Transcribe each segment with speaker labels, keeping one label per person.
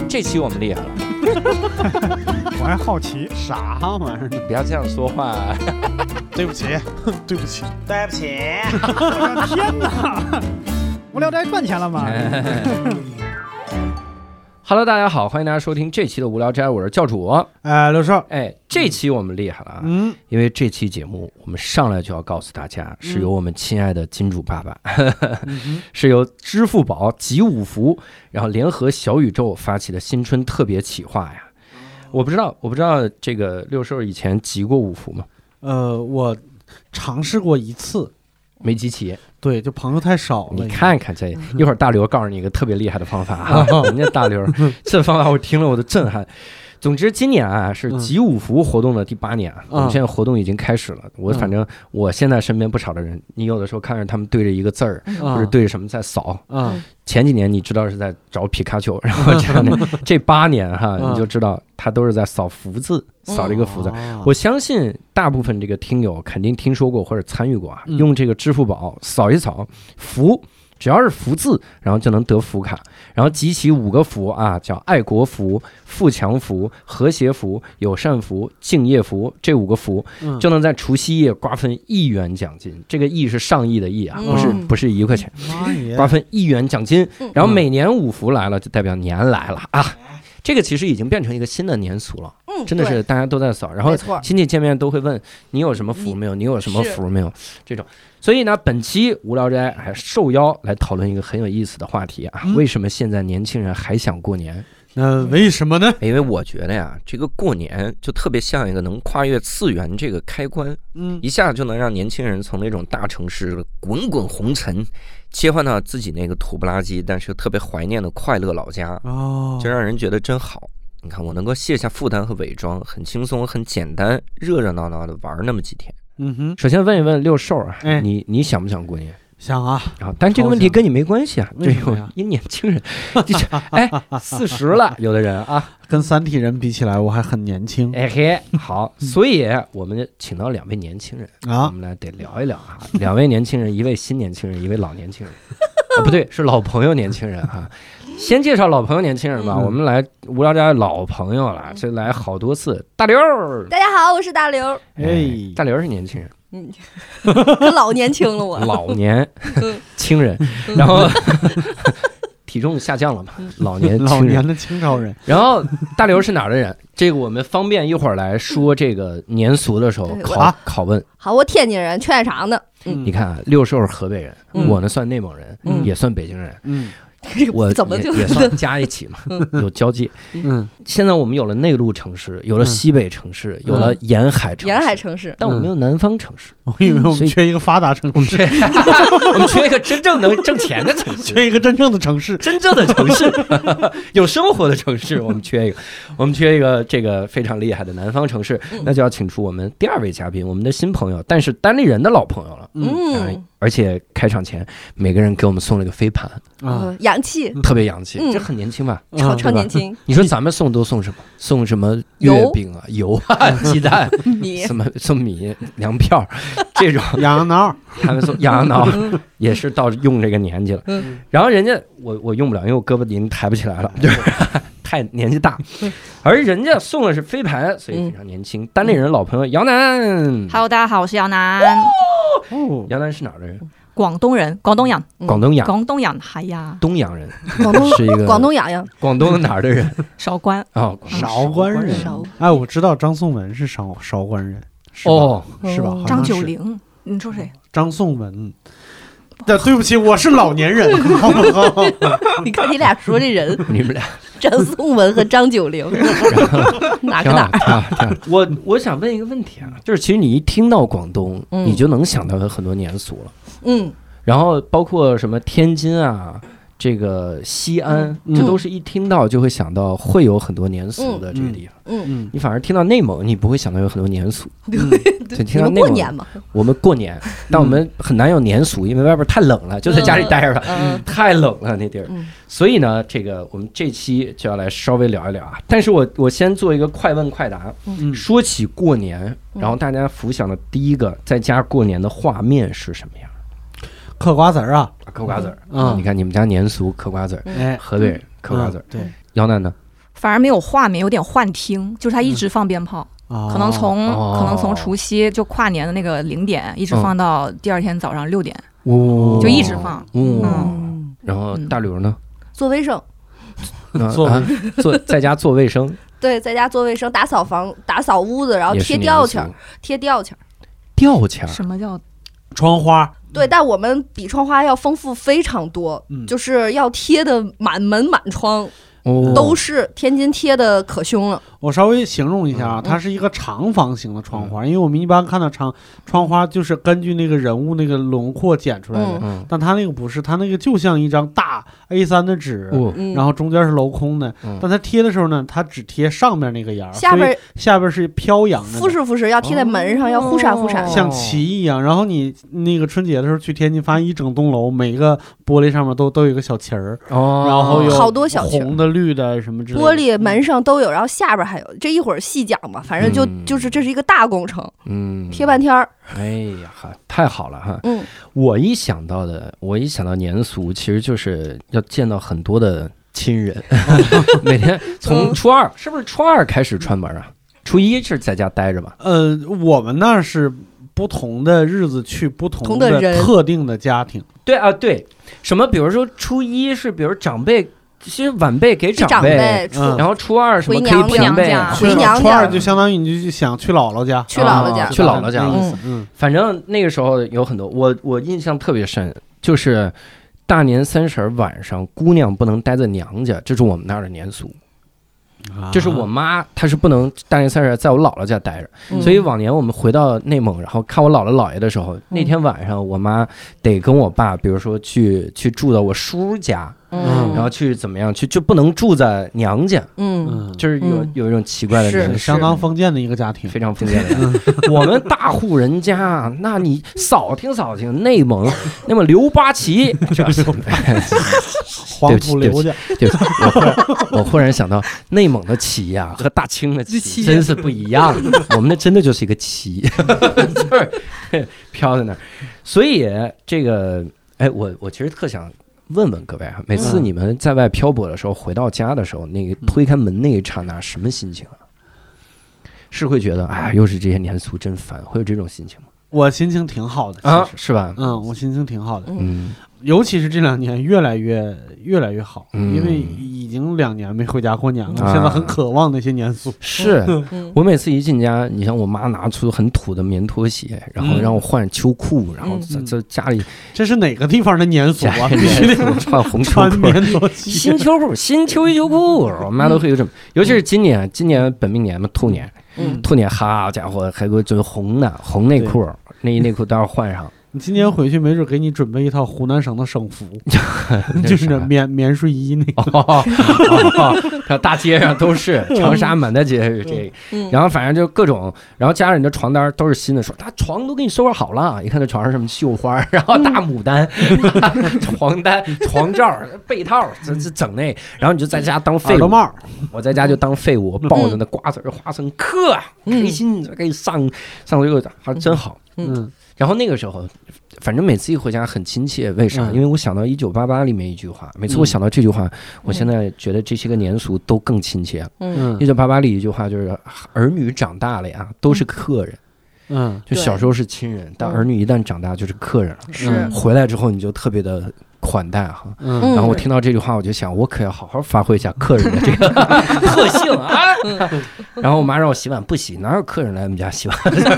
Speaker 1: 这期我们厉害了。
Speaker 2: 我还好奇
Speaker 3: 啥玩意儿？
Speaker 1: 不要这样说话。
Speaker 3: 对不起，对不起，对不起！
Speaker 2: 我的天哪！无聊斋赚钱了吗
Speaker 1: ？Hello， 大家好，欢迎大家收听这期的无聊斋，我是教主。
Speaker 2: 刘少，
Speaker 1: 这期我们厉害了啊！因为这期节目我们上来就要告诉大家，是由我们亲爱的金主爸爸，是由支付宝集五福，然后联合小宇宙发起的新春特别企划呀。我不知道这个六兽以前集过五福吗？
Speaker 3: 我尝试过一次，
Speaker 1: 没集齐。
Speaker 3: 对，就朋友太少了。
Speaker 1: 你看看这一会儿大刘告诉你一个特别厉害的方法啊，人家大刘这方法我听了我都震撼。总之今年啊是集五福活动的第8年，我们现在活动已经开始了。反正我现在身边不少的人，你有的时候看着他们对着一个字儿或者对着什么在扫。前几年你知道是在找皮卡丘，然后这8年哈，你就知道他都是在扫福字，扫这个福字。我相信大部分这个听友肯定听说过或者参与过啊，用这个支付宝扫一扫福。只要是福字，然后就能得福卡，然后集齐5个福啊，叫爱国福、富强福、和谐福、友善福、敬业福，这5个福就能在除夕夜瓜分1元奖金。这个亿是上亿的亿啊，不是1块钱，瓜分1元奖金。然后每年5福来了，就代表年来了啊。这个其实已经变成一个新的年俗了，真的是大家都在扫，然后亲戚见面都会问你有什么福没有，你有什么福没有这种。所以呢，本期无聊斋还受邀来讨论一个很有意思的话题啊，为什么现在年轻人还想过年？
Speaker 3: 为什么呢？
Speaker 1: 因为我觉得呀，这个过年就特别像一个能跨越次元这个开关，一下就能让年轻人从那种大城市的滚滚红尘切换到自己那个土不拉几但是特别怀念的快乐老家，就让人觉得真好。你看，我能够卸下负担和伪装，很轻松、很简单、热热闹闹的玩那么几天。首先问一问六兽啊，你想不想过年？
Speaker 3: 想啊，
Speaker 1: 但这个问题跟你没关系啊，这有一年轻人，40了，有的人啊，
Speaker 3: 跟3体人比起来，我还很年轻。
Speaker 1: 好，所以我们请到2位年轻人啊，我们来得聊一聊啊，2位年轻人，一位新年轻人，一位老年轻人，不对，是老朋友年轻人哈。先介绍老朋友年轻人吧，我们来无聊斋老朋友了，这来好多次。大刘，
Speaker 4: 大家好，我是大刘。
Speaker 1: 大刘是年轻人，
Speaker 4: 可老年轻了我。
Speaker 1: 老年轻人，然后体重下降了嘛，老年
Speaker 3: 的清朝人。
Speaker 1: 然后大刘是哪儿的人？这个我们方便一会儿来说这个年俗的时候拷问。
Speaker 4: 好，我天津人，劝业场的。
Speaker 1: 你看啊，六兽是河北人，我呢算内蒙人，也算北京人。我
Speaker 4: 怎么就
Speaker 1: 也算加一起嘛，有交界。现在我们有了内陆城市，有了西北城市，有了沿海城市，但我们没有南方城市。
Speaker 3: 我以为我们缺一个发达城市，
Speaker 1: 我们缺一个真正能挣钱的城市，
Speaker 3: 缺一个真正的城市，
Speaker 1: 有生活的城市。我们缺一个这个非常厉害的南方城市，那就要请出我们第2位嘉宾，我们的新朋友，但是单立人的老朋友了。而且开场前每个人给我们送了一个飞盘
Speaker 4: 洋气，
Speaker 1: 特别洋气，这很年轻吧？
Speaker 4: 超年轻。
Speaker 1: 你说咱们送都送什么？送什么月饼啊、油啊、鸡蛋、什么送米、粮票这种
Speaker 3: 痒痒挠，
Speaker 1: 他们送痒痒挠也是到用这个年纪了。然后人家我用不了，因为我胳膊已经抬不起来了，就是太年纪大。而人家送的是飞盘，所以非常年轻。单立人老朋友姚楠
Speaker 5: ，Hello， 大家好，我是姚楠。
Speaker 1: 姚楠是哪儿的人？
Speaker 5: 广东人，广东人，
Speaker 1: 广东阳，
Speaker 5: 哎呀，
Speaker 1: 东阳人，
Speaker 4: 是一个广东阳，
Speaker 1: 广东哪儿的人？
Speaker 5: 韶关
Speaker 3: 韶关人。我知道张颂文是韶关人，是吧？
Speaker 5: 张九龄，你说谁？
Speaker 3: 张颂文。对不起，我是老年人。
Speaker 4: 你看你俩说这人，
Speaker 1: 你们俩
Speaker 4: 张颂文和张九龄，哪个哪？
Speaker 1: 我想问一个问题啊，就是其实你一听到广东，你就能想到很多年俗了。然后包括什么天津啊，这个西安，这都是一听到就会想到会有很多年俗的这个地方。你反而听到内蒙，你不会想到有很多年俗。就听到内蒙，
Speaker 4: 过年嘛，
Speaker 1: 我们过年，但我们很难有年俗，因为外边太冷了，就在家里待着吧，太冷了那地儿。所以呢，这个我们这期就要来稍微聊一聊啊。但是我先做一个快问快答。说起过年，然后大家浮想的第一个在家过年的画面是什么样？
Speaker 3: 嗑瓜子儿
Speaker 1: 嗑瓜子儿。你看你们家年俗嗑瓜子儿，河北人嗑瓜子儿。
Speaker 3: 对，
Speaker 1: 姚楠呢？
Speaker 5: 反而没有画面，有点幻听，就是他一直放鞭炮，可能从除夕就跨年的那个0点一直放到第二天早上6点，就一直放。
Speaker 1: 然后大刘呢？
Speaker 4: 做卫生，
Speaker 1: 在家做卫生。
Speaker 4: 对，在家做卫生，打扫房，打扫屋子，然后贴吊签。
Speaker 1: 吊签
Speaker 5: 什么叫
Speaker 3: 窗花？
Speaker 4: 对，但我们比窗花要丰富非常多，就是要贴的满门满窗。都是天津贴的可凶了。
Speaker 3: 我稍微形容一下啊，它是一个长方形的窗花，因为我们一般看到窗花就是根据那个人物那个轮廓剪出来的，但它那个不是，它那个就像一张大 A3 的纸，然后中间是镂空的，但它贴的时候呢，它只贴上面那个沿儿，下边是飘扬的，
Speaker 4: 复式要贴在门上，要忽闪忽闪，
Speaker 3: 像旗一样。然后你那个春节的时候去天津，发现一整栋楼每个玻璃上面都有一个小旗儿，然后有
Speaker 4: 好多小旗，
Speaker 3: 红的绿的什么之类的，
Speaker 4: 玻璃门上都有，然后下边还有，这一会儿细讲吧，反正就是这是一个大工程，贴半天儿。
Speaker 1: 哎呀，太好了哈！我一想到年俗，其实就是要见到很多的亲人，每天从初二，是不是初二开始串门啊？初一是在家待着吧？
Speaker 3: 我们那是不同的日子去不同的特定的家庭。
Speaker 1: 对啊，对，什么？比如说初一是，比如长辈。其实晚辈给长辈，然后初二什么可以平辈，
Speaker 4: 回娘家，
Speaker 3: 初二就相当于你就想去姥姥家，
Speaker 1: 去姥姥家。反正那个时候有很多，我印象特别深，就是大年30晚上，姑娘不能待在娘家，这是我们那儿的年俗。就是我妈她是不能大年30在我姥姥家待着，所以往年我们回到内蒙，然后看我姥姥姥爷的时候，那天晚上我妈得跟我爸，比如说去住到我叔家。然后去怎么样去就不能住在娘家，就是有一种奇怪的人，
Speaker 3: 相当封建的一个家庭，
Speaker 1: 非常封建的。我们大户人家，那你扫听，内蒙刘八旗，
Speaker 3: 黄埔刘家，
Speaker 1: 对，我忽然想到内蒙的旗呀和大清的旗真是不一样，我们那真的就是一个旗，就是飘在那儿。所以这个，我其实特想问问各位啊，每次你们在外漂泊的时候，回到家的时候，那个推开门那一刹那，什么心情啊？是会觉得又是这些年俗真烦，会有这种心情吗？
Speaker 3: 我心情挺好的啊，
Speaker 1: 是吧？
Speaker 3: 我心情挺好的，尤其是这2年越来越好，因为已经2年没回家过年了，我现在很渴望那些年俗。
Speaker 1: 是我每次一进家，你像我妈拿出很土的棉拖鞋，然后让我换秋裤，然后在家里，
Speaker 3: 这是哪个地方的年俗啊？必须得
Speaker 1: 穿红秋
Speaker 3: 裤、棉拖鞋、
Speaker 1: 新秋裤、新秋衣秋裤，我妈都会有这么。尤其是今年本命年嘛，兔年，兔年好家伙，还给我就是红内裤，内裤都要换上。
Speaker 3: 你今年回去没准给你准备一套湖南省的省服，就是棉睡衣那
Speaker 1: 个，大街上都是，长沙满大街是这个，然后反正就各种，然后家人的床单都是新的，说他床都给你收拾好了，一看这床上什么绣花，然后大牡丹，床单、床罩、被套，这整那，然后你就在家当废物，我在家就当废物，抱着那瓜子花生嗑，开心，可以上这个还真好，然后那个时候，反正每次一回家很亲切，为啥？因为我想到1988里面一句话，每次我想到这句话，我现在觉得这些个年俗都更亲切。1988里一句话就是儿女长大了呀，都是客人。就小时候是亲人，但儿女一旦长大就是客人了。回来之后你就特别的款待哈。然后我听到这句话，我就想，我可要好好发挥一下客人的这个特性啊。然后我妈让我洗碗，不洗，哪有客人来我们家洗碗？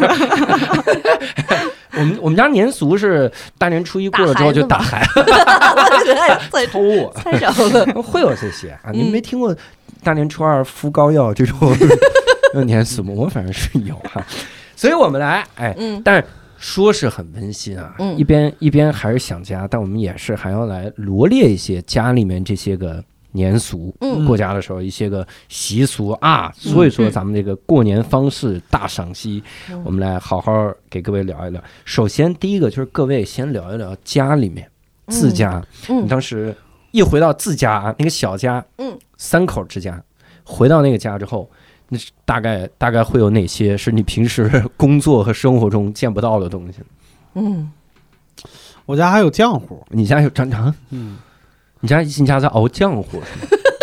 Speaker 1: 我们家年俗是大年初一过了之后就打孩子，抽我，
Speaker 4: 太少了，
Speaker 1: 会有这些啊？你们没听过大年初2敷膏药这种年俗吗？我反正是有哈。所以我们来，但是说是很温馨啊，一边还是想家，但我们也是还要来罗列一些家里面这些个年俗，过家的时候一些个习俗啊，所以说咱们这个过年方式大赏析，我们来好好给各位聊一聊。首先第一个就是各位先聊一聊家里面自家，你当时一回到自家那个小家，3口之家，回到那个家之后，那大概会有哪些是你平时工作和生活中见不到的东西？
Speaker 3: 我家还有浆糊，
Speaker 1: 你家有你家在熬浆糊是吗？
Speaker 3: 对，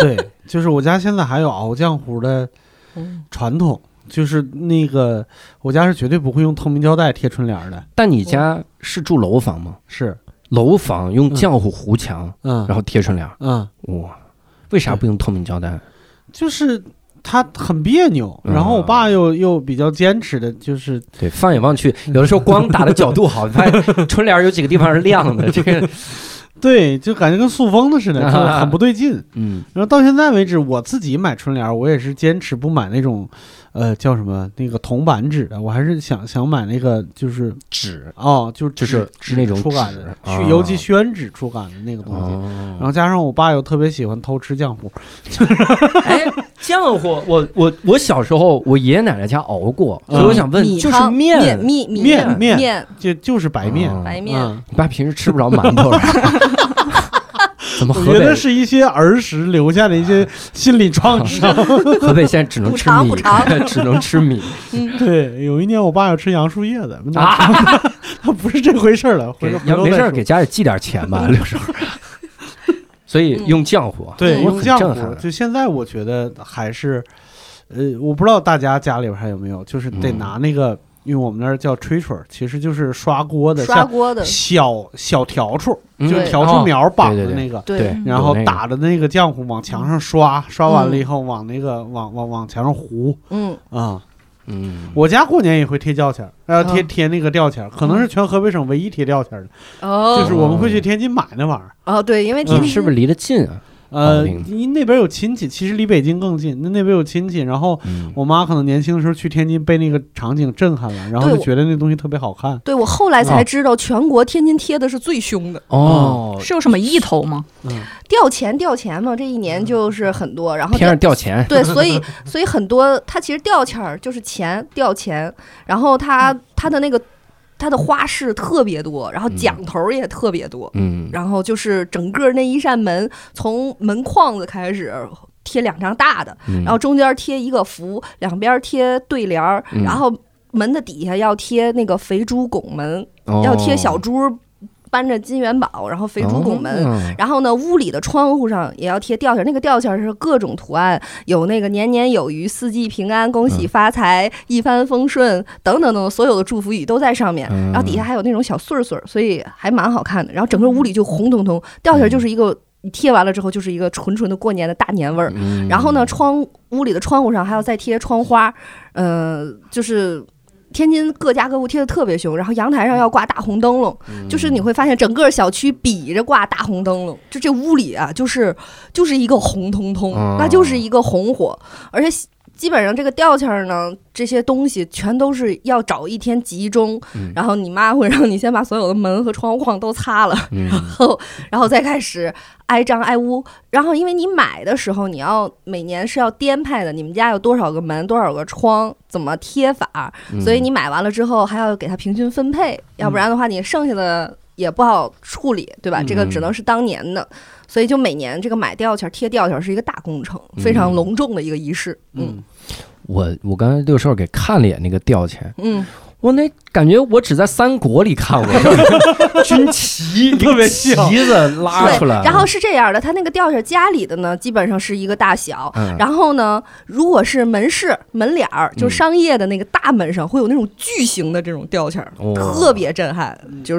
Speaker 3: 就是我家现在还有熬浆糊的传统，就是那个我家是绝对不会用透明胶带贴春联的。
Speaker 1: 但你家是住楼房吗？
Speaker 3: 是
Speaker 1: 楼房用浆糊糊墙，然后贴春联，哇，为啥不用透明胶带？
Speaker 3: 就是它很别扭，然后我爸又比较坚持的，就是
Speaker 1: 对，放眼望去，有的时候光打的角度好，发现春联有几个地方是亮的，这个。
Speaker 3: 对，就感觉跟塑封的似的，就很不对劲。然后到现在为止，我自己买春联，我也是坚持不买那种，叫什么那个铜板纸的，我还是想买那个就是
Speaker 1: 纸
Speaker 3: 就是
Speaker 1: 那种
Speaker 3: 触感的，尤其宣纸触感的那个东西。然后加上我爸又特别喜欢偷吃浆糊，
Speaker 1: 哎，浆糊，我小时候我爷爷奶奶家熬过，所以我想问，就是面
Speaker 3: 就是白面，
Speaker 1: 你爸平时吃不着馒头怎么？
Speaker 3: 我觉得是一些儿时留下的一些心理创伤。
Speaker 1: 河北现在只能吃米，只能吃米。
Speaker 3: 对，有一年我爸要吃杨树叶子，他不是这回事了。
Speaker 1: 没事给家里寄点钱吧，六叔。所以用浆糊，
Speaker 3: 对，用浆糊。就现在我觉得还是，我不知道大家家里边还有没有，就是得拿那个。因为我们那儿叫吹吹，其实就是刷锅的小笤帚，就是笤帚苗绑的那个，
Speaker 1: 对，
Speaker 3: 然后打的那个浆糊往墙上刷完了以后往那个往墙上糊，我家过年也会贴吊钱，贴那个吊钱，可能是全河北省唯一贴吊钱的，就是我们会去天津买那玩意
Speaker 4: 儿。对，因为天津
Speaker 1: 是不是离得近啊？
Speaker 3: 那边有亲戚，其实离北京更近。那边有亲戚，然后我妈可能年轻的时候去天津被那个场景震撼了，然后就觉得那东西特别好看。
Speaker 4: 对，我后来才知道，全国天津贴的是最凶的。
Speaker 5: 是有什么意头吗？
Speaker 4: 掉钱嘛，这一年就是很多，然后
Speaker 1: 天上掉钱。
Speaker 4: 对，所以很多，它其实吊钱就是钱掉钱，然后它的那个。它的花式特别多，然后奖头也特别多，然后就是整个那一扇门，从门框子开始贴2张大的，然后中间贴一个福，两边贴对联儿，然后门的底下要贴那个肥猪拱门，要贴小猪搬着金元宝，然后肥猪拱门，然后呢，屋里的窗户上也要贴吊钱，那个吊钱是各种图案，有那个年年有余、四季平安、恭喜发财、一帆风顺等等等，所有的祝福语都在上面，然后底下还有那种小穗穗，所以还蛮好看的。然后整个屋里就红彤彤，吊钱就是一个。你贴完了之后就是一个纯纯的过年的大年味儿，然后呢，屋里的窗户上还要再贴窗花，就是天津各家各户贴的特别凶，然后阳台上要挂大红灯笼，就是你会发现整个小区比着挂大红灯笼，就这屋里啊，就是一个红彤彤，那就是一个红火，而且。基本上这个吊钱呢，这些东西全都是要找一天集中，然后你妈会让你先把所有的门和窗户框都擦了，然后再开始挨张挨屋。然后因为你买的时候，你要每年是要编排的，你们家有多少个门、多少个窗，怎么贴法，所以你买完了之后还要给它平均分配，要不然的话你剩下的也不好处理，对吧？这个只能是当年的。所以就每年这个买吊钱贴吊钱是一个大工程，非常隆重的一个仪式。
Speaker 1: 我刚才六兽给看了眼那个吊钱，我那感觉我只在三国里看过，军旗特别旗子拉出来。
Speaker 4: 然后是这样的，他那个吊钱家里的呢，基本上是一个大小。然后呢，如果是门市门脸儿，就商业的那个大门上，会有那种巨型的这种吊钱，特别震撼。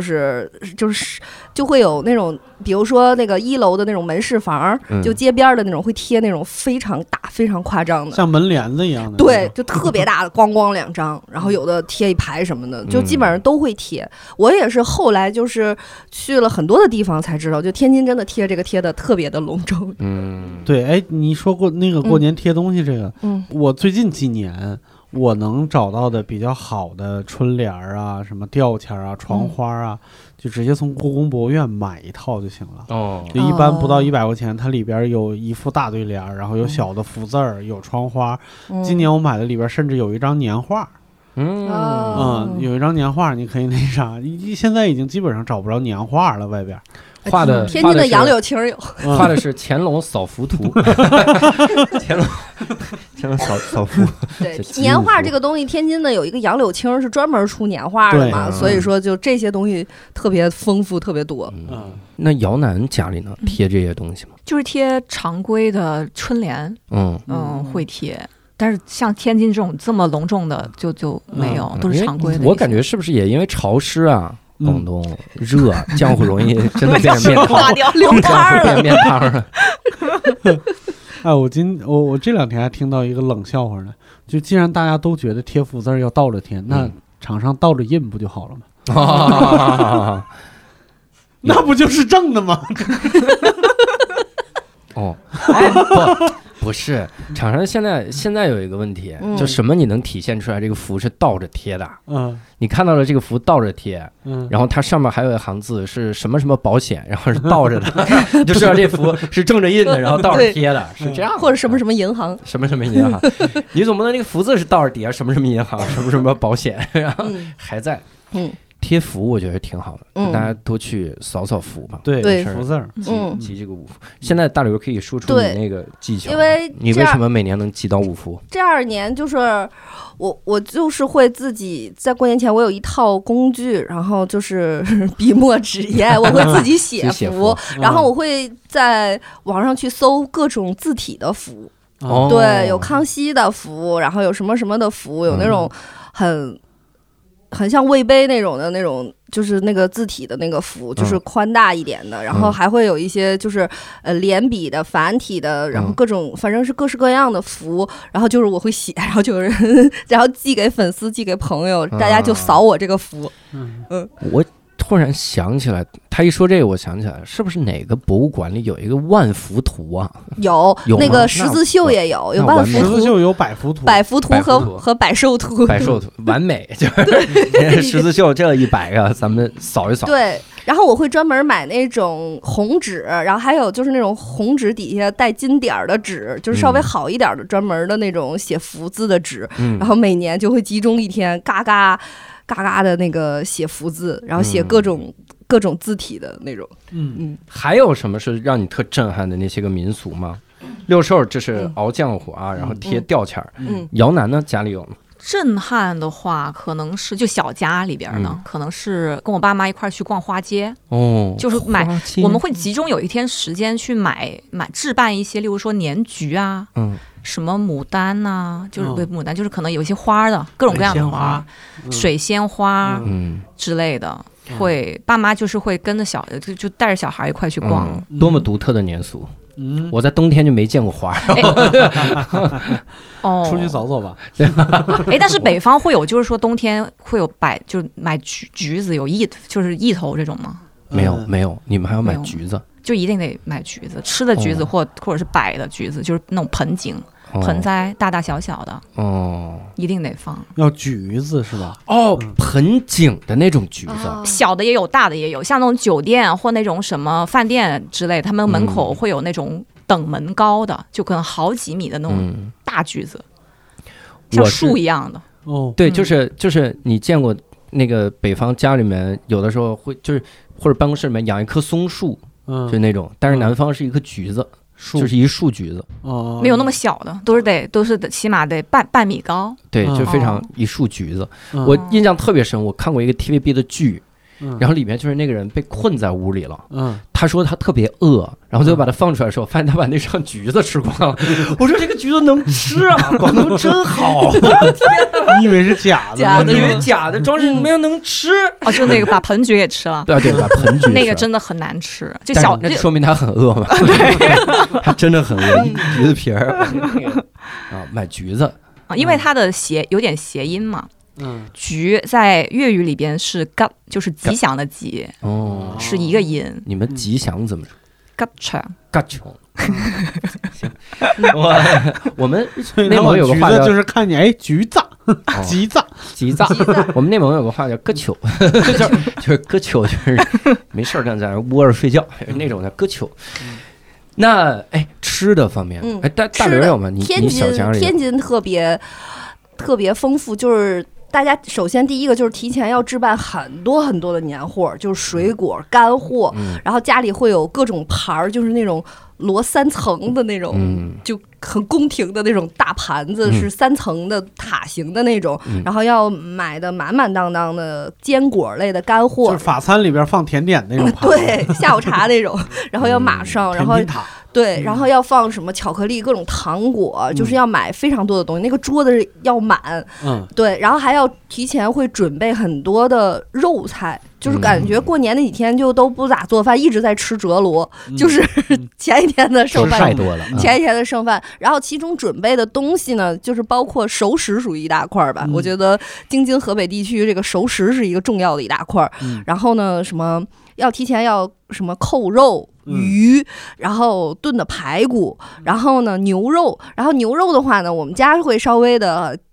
Speaker 4: 就会有那种，比如说那个1楼的那种门市房，就街边的那种会贴那种非常大、非常夸张的，
Speaker 3: 像门帘子一样的。
Speaker 4: 对，就特别大的，咣咣2张，然后有的贴一排什么的，就基本上都会贴。我也是后来就是去了很多的地方才知道，就天津真的贴这个贴的特别的隆重。
Speaker 3: 对，哎，你说过那个过年贴东西这个，我最近几年我能找到的比较好的春联啊、什么吊钱啊、窗花啊。就直接从故宫博物院买一套就行了。就一般不到100块钱，它里边有一副大对联，然后有小的福字儿，有窗花。今年我买的里边甚至有一张年画。有一张年画，你可以那啥。现在已经基本上找不着年画了，外边。
Speaker 1: 画的
Speaker 4: 天津的杨柳青有，
Speaker 1: 画的是乾隆扫福图，乾隆扫福。
Speaker 4: 对，年画这个东西，天津的有一个杨柳青是专门出年画的嘛，所以说就这些东西特别丰富，特别多。
Speaker 1: 那姚楠家里呢，贴这些东西吗？
Speaker 5: 就是贴常规的春联，会贴。但是像天津这种这么隆重的就没有，都是常规的。
Speaker 1: 我感觉是不是也因为潮湿啊？广东热，浆糊容易真的变成面汤，
Speaker 4: 流汤了，
Speaker 1: 变面汤了。
Speaker 3: 哎，我这2天还听到一个冷笑话呢，就既然大家都觉得贴福字要倒着贴，那厂商倒着印不就好了吗？那不就是正的吗？
Speaker 1: 哦，不是，厂商现在有一个问题，就什么你能体现出来这个符是倒着贴的？你看到了这个符倒着贴，然后它上面还有一行字是什么什么保险，然后是倒着的，你就知道这符是正着印的，然后倒着贴的，是这样。
Speaker 4: 或者什么什么银行，
Speaker 1: 什么什么银行，你总不能那个福字是倒着叠，什么什么银行，什么什么保险，然后还在。贴符我觉得挺好的，大家多去扫符吧。
Speaker 3: 对，福字
Speaker 1: 集这个5符。现在大刘可以说出你那个技巧，
Speaker 4: 因为
Speaker 1: 你为什么每年能集到5符？
Speaker 4: 这2年就是我就是会自己在过年前，我有一套工具，然后就是笔墨纸砚，我会自己写符，然后我会在网上去搜各种字体的符。对，有康熙的符，然后有什么什么的符，有那种很像魏碑那种的那种，就是那个字体的那个符，就是宽大一点的，然后还会有一些就是连笔的、繁体的，然后各种反正是各式各样的符，然后就是我会写，然后就有人然后寄给粉丝、寄给朋友，大家就扫我这个符。
Speaker 1: 我突然想起来，他一说这个，我想起来，是不是哪个博物馆里有一个万符图啊？
Speaker 4: 有那个十字绣也有万符图，
Speaker 3: 十字绣有百符图
Speaker 4: 和百寿图，
Speaker 1: 百寿图完美，就是十字绣这100个，咱们扫一扫。
Speaker 4: 对，然后我会专门买那种红纸，然后还有就是那种红纸底下带金点的纸，就是稍微好一点的专门的那种写福字的纸，然后每年就会集中一天，嘎嘎的那个写福字，然后写各种字体的那种。
Speaker 1: 还有什么是让你特震撼的那些个民俗吗？六兽这是熬浆糊啊，然后贴吊钱儿。姚楠呢，家里有吗？
Speaker 5: 震撼的话，可能是就小家里边呢，可能是跟我爸妈一块去逛花街。就是我们会集中有一天时间去买置办一些，例如说年桔啊，什么牡丹呐，就是牡丹，就是可能有一些花的各种各样的花，水仙花之类的，爸妈就是会跟着就带着小孩一块去逛。
Speaker 1: 多么独特的年俗！我在冬天就没见过花。
Speaker 3: 出去走走吧。
Speaker 5: 但是北方会有，就是说冬天会有就是买橘子，有就是意头这种吗？
Speaker 1: 没有，你们还要买橘子？
Speaker 5: 就一定得买橘子，吃的橘子或者是摆的橘子，就是那种盆景。盆栽大大小小的一定得放。
Speaker 3: 要橘子是吧？
Speaker 1: 盆景的那种橘子，
Speaker 5: 小的也有，大的也有，像那种酒店或那种什么饭店之类，他们门口会有那种等门高的，就可能好几米的那种大橘子，像树一样的。
Speaker 1: 对，就是你见过那个北方家里面有的时候会就是或者办公室里面养一棵松树，就那种，但是南方是一棵橘子。就是一树橘子，
Speaker 5: 没有那么小的，都是起码得半米高。
Speaker 1: 对，就非常一树橘子。我印象特别深，我看过一个 TVB 的剧，然后里面就是那个人被困在屋里了，他说他特别饿，然后最后把他放出来的时候，发现他把那串橘子吃光了。我说这个橘子能吃啊，广东真好。
Speaker 3: 你以为是假的？
Speaker 1: 我以为假的，装饰没有能吃。
Speaker 5: 就那个把盆橘给吃了。
Speaker 1: 对，把盆橘
Speaker 5: 那个真的很难吃，就
Speaker 1: 那说明他很饿嘛。对，他真的很饿，橘子皮儿买橘子
Speaker 5: 因为它的有点谐音嘛。橘在粤语里边是吉，就是吉祥的吉，是一个音。
Speaker 1: 你们吉祥怎么说？
Speaker 5: 吉祥。
Speaker 1: 行，我们内蒙有个话叫
Speaker 3: 就是看你橘子，吉子。
Speaker 1: 我们内蒙有个话叫咯秋，就是咯秋，就是没事干在窝着睡觉那种叫咯秋。那吃的方面，大刘有吗？你小家里
Speaker 4: 天津特别丰富，就是大家首先第一个就是提前要置办很多很多的年货，就是水果、干货，然后家里会有各种盘儿，就是那种摞3层的那种，就很宫廷的那种大盘子，是3层的塔形的那种，然后要买的满满当当的坚果类的干货，
Speaker 3: 就是法餐里边放甜点那种盘子，
Speaker 4: 对，下午茶那种，然后要马上，然后对，然后要放什么巧克力、各种糖果，就是要买非常多的东西，那个桌子要满，对，然后还要提前会准备很多的肉菜，就是感觉过年那几天就都不咋做饭，一直在吃折罗，就是前一天的剩饭
Speaker 1: 太多了，
Speaker 4: 前一天的剩饭，然后其中准备的东西呢，就是包括熟食属于一大块吧，我觉得京津河北地区这个熟食是一个重要的一大块，然后呢，什么要提前要什么扣肉。鱼，然后炖的排骨，然后呢牛肉，然后牛肉的话呢，我们家会稍微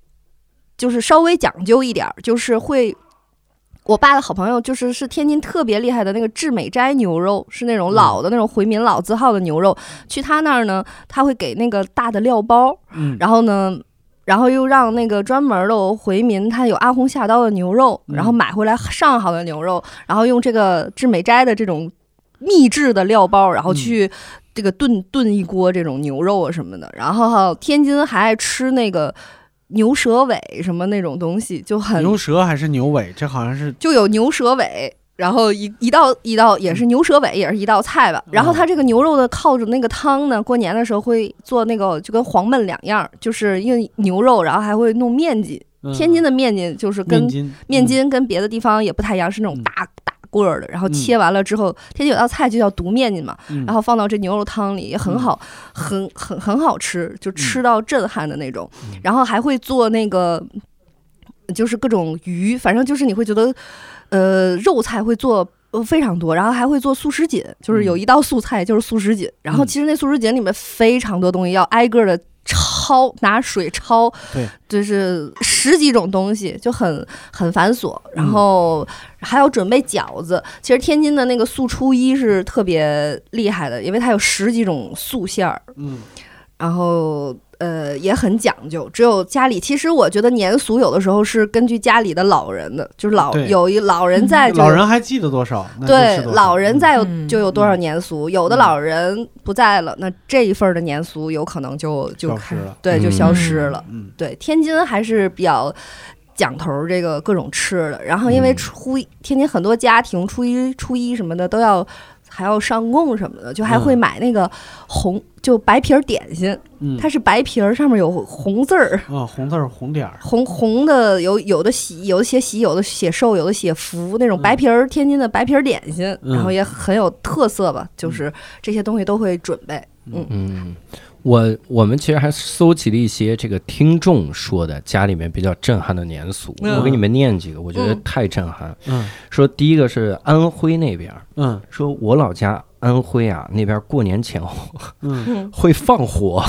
Speaker 4: 讲究一点，就是会。我爸的好朋友是天津特别厉害的那个致美斋牛肉，是那种老的那种回民老字号的牛肉。去他那儿呢，他会给那个大的料包，然后又让那个专门的回民，他有阿红下刀的牛肉，然后买回来上好的牛肉，然后用这个致美斋的这种秘制的料包，然后去这个炖一锅这种牛肉啊什么的。然后天津还爱吃那个牛舌尾什么那种东西，就很
Speaker 3: 牛舌还是牛尾，这好像是
Speaker 4: 就有牛舌尾，然后一道也是牛舌尾，也是一道菜吧。然后它这个牛肉的靠着那个汤呢，过年的时候会做那个就跟黄焖两样，就是因为牛肉，然后还会弄面筋。天津的面筋就是跟面筋跟别的地方也不太一样，是那种大棍儿的，然后切完了之后，天津有道菜就叫独面筋嘛，然后放到这牛肉汤里也很好，很好吃，就吃到震撼的那种。然后还会做那个就是各种鱼，反正就是你会觉得肉菜会做非常多，然后还会做素食锦，就是有一道素菜就是素食锦，然后其实那素食锦里面非常多东西，要挨个的拿水焯，
Speaker 3: 对，
Speaker 4: 就是10几种东西，就很繁琐。然后还要准备饺子。其实天津的那个素初一是特别厉害的，因为它有10几种素馅儿，然后也很讲究。只有家里，其实我觉得年俗有的时候是根据家里的老人的，就是有一老人在，
Speaker 3: 老人还记得多少？
Speaker 4: 对，老人在就有多少年俗，有的老人不在了，那这一份的年俗有可能就
Speaker 3: 消失了，
Speaker 4: 对，就消失了。对，天津还是比较讲头这个各种吃的，然后因为天津很多家庭初一什么的还要上供什么的，就还会买那个就白皮点心，它是白皮上面有红字儿，
Speaker 3: 红字儿红点儿，
Speaker 4: 红的有的写喜，有的写寿，有的写福，那种白皮天津的白皮点心，然后也很有特色吧，就是这些东西都会准备。
Speaker 1: 我们其实还搜集了一些这个听众说的家里面比较震撼的年俗，我给你们念几个，我觉得太震撼。说第一个是安徽那边，说我老家安徽啊那边过年前后，会放火，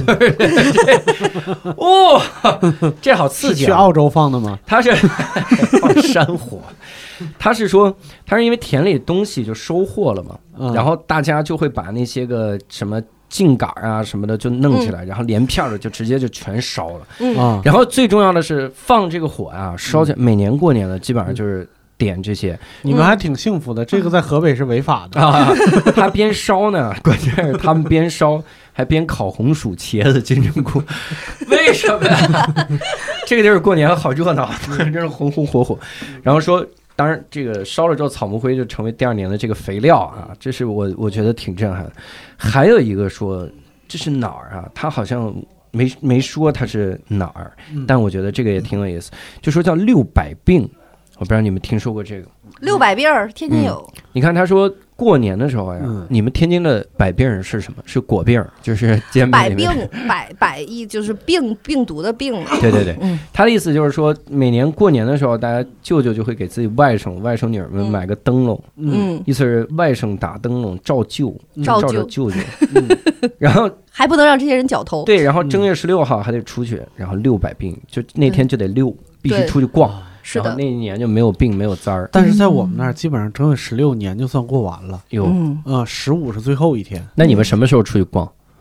Speaker 1: 这好刺激啊！
Speaker 3: 去澳洲放的吗？
Speaker 1: 他是放山火，他是说他是因为田里东西就收获了嘛，然后大家就会把那些个什么茎杆啊什么的就弄起来，然后连片的就直接就全烧了。然后最重要的是放这个火啊，烧起来，每年过年的基本上就是点这些。
Speaker 3: 你们还挺幸福的，这个在河北是违法的
Speaker 1: 啊。他边烧呢，关键是他们边烧还边烤红薯、茄子、金针菇，为什么呀？这个地儿过年好热闹，真是红红火火。然后说。当然，这个烧了之后，草木灰就成为第2年的这个肥料啊，这是我觉得挺震撼的。还有一个说这是哪儿啊？他好像没说他是哪儿，但我觉得这个也挺有意思，就说叫600病，我不知道你们听说过这个。600
Speaker 4: 病，天津有。
Speaker 1: 你看他说过年的时候呀，你们天津的百病是什么？是果病，就是煎饼里面。
Speaker 4: 百亿就是病毒的病。
Speaker 1: 对，他的意思就是说，每年过年的时候，大家舅舅就会给自己外甥女儿们买个灯笼，意思是外甥打灯笼照着舅舅，然后
Speaker 4: 还不能让这些人绞头。
Speaker 1: 对，然后正月16号还得出去，然后600病，就那天就得6，必须出去逛。
Speaker 4: 是的，
Speaker 1: 那一年就没有病没有灾儿。
Speaker 3: 但是在我们那儿，基本上正月16年就算过完了。15是最后一天。
Speaker 1: 那你们什么时候出去逛？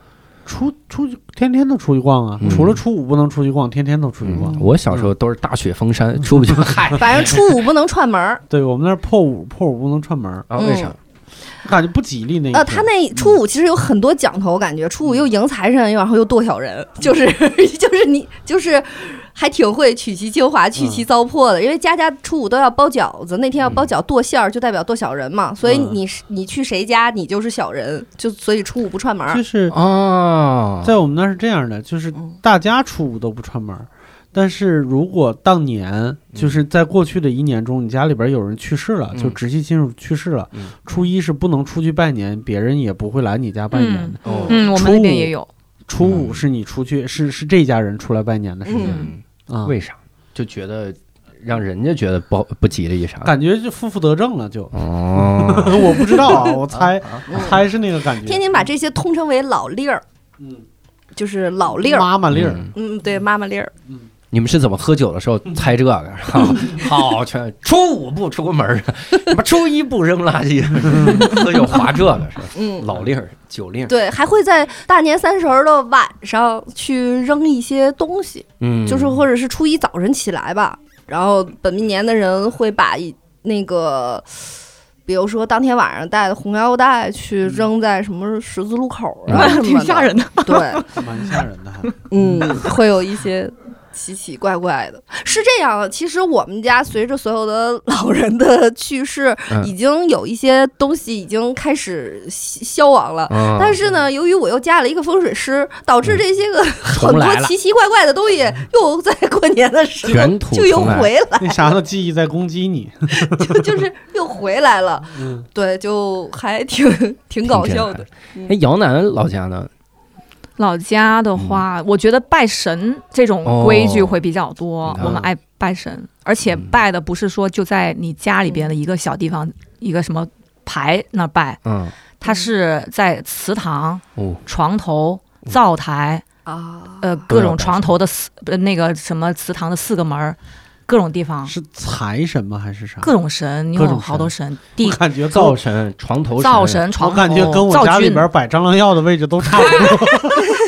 Speaker 3: 天天都出去逛啊，除了初五不能出去逛，天天都出去逛。
Speaker 1: 我小时候都是大雪封山，出不去。
Speaker 4: 反正初五不能串门。
Speaker 3: 对，我们那破五不能串门
Speaker 1: 啊？为啥？
Speaker 3: 感觉不吉利那。
Speaker 4: 他那初五其实有很多讲头，感觉初五又迎财神，然后又剁小人，就是你就是还挺会取其精华去其糟粕的，因为家家初五都要包饺子，那天要包饺剁馅儿，就代表剁小人嘛，所以你去谁家你就是小人，就所以初五不串门。
Speaker 3: 就是在我们那是这样的，就是大家初五都不串门。但是如果当年就是在过去的一年中，你家里边有人去世了，就直系亲属去世了，初一是不能出去拜年，别人也不会来你家拜年的。
Speaker 5: 我们那边也有。
Speaker 3: 初五是你出去，是这家人出来拜年的时间。
Speaker 1: 为啥？就觉得让人家觉得不吉利啥？
Speaker 3: 感觉就负得正了就。我不知道啊，我猜是那个感觉。
Speaker 4: 天津把这些通称为老粒儿，就是老粒儿，
Speaker 3: 妈妈粒儿。
Speaker 4: 对，妈妈粒儿。
Speaker 1: 你们是怎么喝酒的时候猜这个？好，全初五不出门，什么初一不扔垃圾，喝酒划这个是老令儿酒令。
Speaker 4: 对，还会在大年30的晚上去扔一些东西，就是或者是初一早晨起来吧，然后本命年的人会把那个，比如说当天晚上带的红腰带去扔在什么十字路口啊什么的，
Speaker 5: 挺吓人的。
Speaker 4: 对，
Speaker 3: 蛮吓人的。
Speaker 4: 会有一些。奇奇怪怪的，是这样的。其实我们家随着所有的老人的去世，已经有一些东西已经开始消亡了。但是呢，由于我又加了一个风水师，导致这些个很多奇奇怪怪的东西又在过年的时候就又回来。
Speaker 3: 那啥的记忆在攻击你，
Speaker 4: 就是又回来了。对，就还挺搞笑的。
Speaker 1: 姚楠老家呢？
Speaker 5: 老家的话，我觉得拜神这种规矩会比较多。我们爱拜神，而且拜的不是说就在你家里边的一个小地方，一个什么牌那拜，它是在祠堂、床头、灶台各种床头的那个什么祠堂的4个门。各种地方
Speaker 3: 是财神吗？还是啥？
Speaker 5: 各种神，你有好多神。
Speaker 3: 我感觉
Speaker 1: 灶神、床头
Speaker 5: 灶神、床头，
Speaker 3: 我感觉跟我家里边摆张良药的位置都差不多。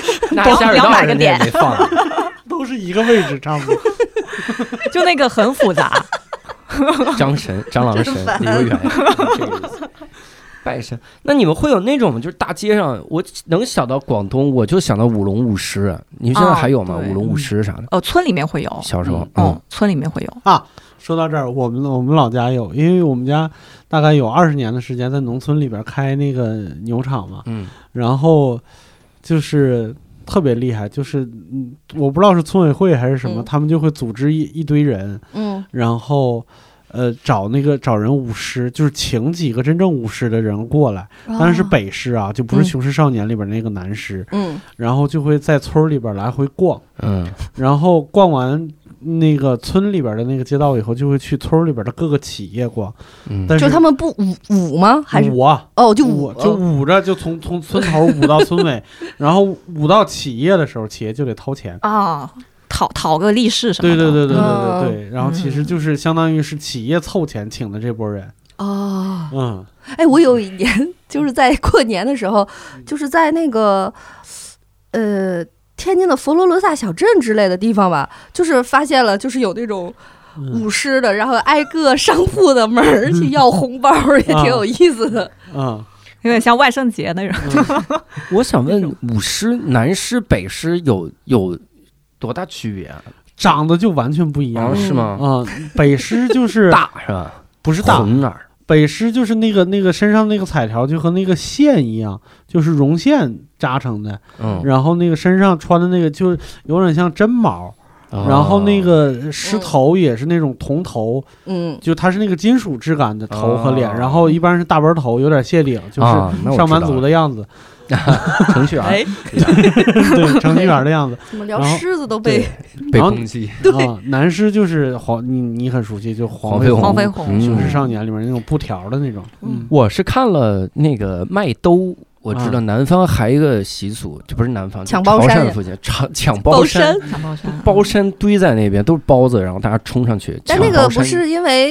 Speaker 5: 200个点，
Speaker 3: 都是一个位置，差不多。
Speaker 5: 就那个很复杂。
Speaker 1: 张神、张郎神离我远，这个意思。拜神，那你们会有那种就是大街上，我能想到广东，我就想到舞龙舞狮。你现在还有吗？舞龙舞狮啥的？
Speaker 5: 村里面会有。
Speaker 1: 小时候，
Speaker 5: 村里面会有
Speaker 3: 啊。说到这儿，我们老家有，因为我们家大概有20年的时间在农村里边开那个牛场嘛，然后就是特别厉害，就是我不知道是村委会还是什么，他们就会组织一堆人，然后。找人舞狮，就是请几个真正舞狮的人过来，当然是北狮啊，就不是《雄狮少年》里边那个南狮。然后就会在村里边来回逛，然后逛完那个村里边的那个街道以后，就会去村里边的各个企业逛。但是
Speaker 4: 就他们不舞吗？还是
Speaker 3: 舞啊？
Speaker 4: 就
Speaker 3: 舞着，就从村头舞到村尾，然后舞到企业的时候，企业就得掏钱
Speaker 5: 啊。讨个利是什么的。
Speaker 3: 对，然后其实就是相当于是企业凑钱请的这波人。
Speaker 4: 我有一年就是在过年的时候，就是在那个天津的佛罗伦萨小镇之类的地方吧，就是发现了就是有那种舞狮的，然后挨个商铺的门去要红包，也挺有意思的。
Speaker 5: 有点像万圣节那种。
Speaker 1: 我想问，舞狮南狮北狮有多大区别啊？
Speaker 3: 长得就完全不一样，
Speaker 1: 是吗？
Speaker 3: 北狮就是
Speaker 1: 大是吧？
Speaker 3: 不是大，
Speaker 1: 红哪儿？
Speaker 3: 北狮就是那个身上那个彩条就和那个线一样，就是绒线扎成的。然后那个身上穿的那个就有点像真毛。然后那个狮头也是那种铜头，就它是那个金属质感的头和脸，然后一般是大背头，有点谢顶，就是上班族的样子。
Speaker 1: 程序员，
Speaker 3: 对，程序员的样子。
Speaker 4: 怎么聊狮子都被
Speaker 1: 攻击？
Speaker 4: 对，
Speaker 3: 南狮就是你很熟悉，就黄飞鸿，《雄狮少年》里面那种布条的那种。
Speaker 1: 我是看了那个卖兜，我知道南方还有一个习俗，就不是南方，
Speaker 4: 抢包山
Speaker 1: 附近抢包山堆在那边都是包子，然后大家冲上去。
Speaker 4: 但那个不是因为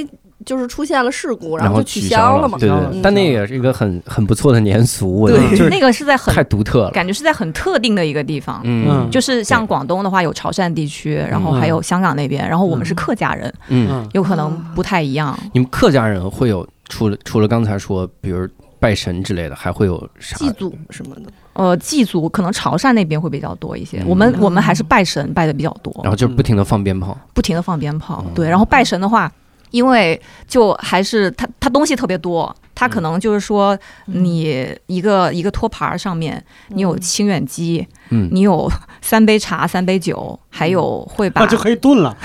Speaker 4: 就是出现了事故，然后就取消了嘛。
Speaker 1: 对对，但那也是一个很不错的年俗，
Speaker 4: 对，
Speaker 1: 就是
Speaker 5: 那个是在
Speaker 1: 太独特了，
Speaker 5: 感觉是在很特定的一个地方，就是像广东的话有潮汕地区，然后还有香港那边，然后我们是客家人，有可能不太一样。
Speaker 1: 你们客家人会有除了刚才说，比如拜神之类的，还会有啥
Speaker 4: 祭祖什么的？
Speaker 5: 祭祖可能潮汕那边会比较多一些，我们还是拜神拜的比较多，
Speaker 1: 然后就不停的放鞭炮，
Speaker 5: 对，然后拜神的话，因为就还是它东西特别多，它可能就是说你一个托盘上面你有清远鸡，你有3杯茶3杯酒，还有会把
Speaker 3: 那就可以炖了。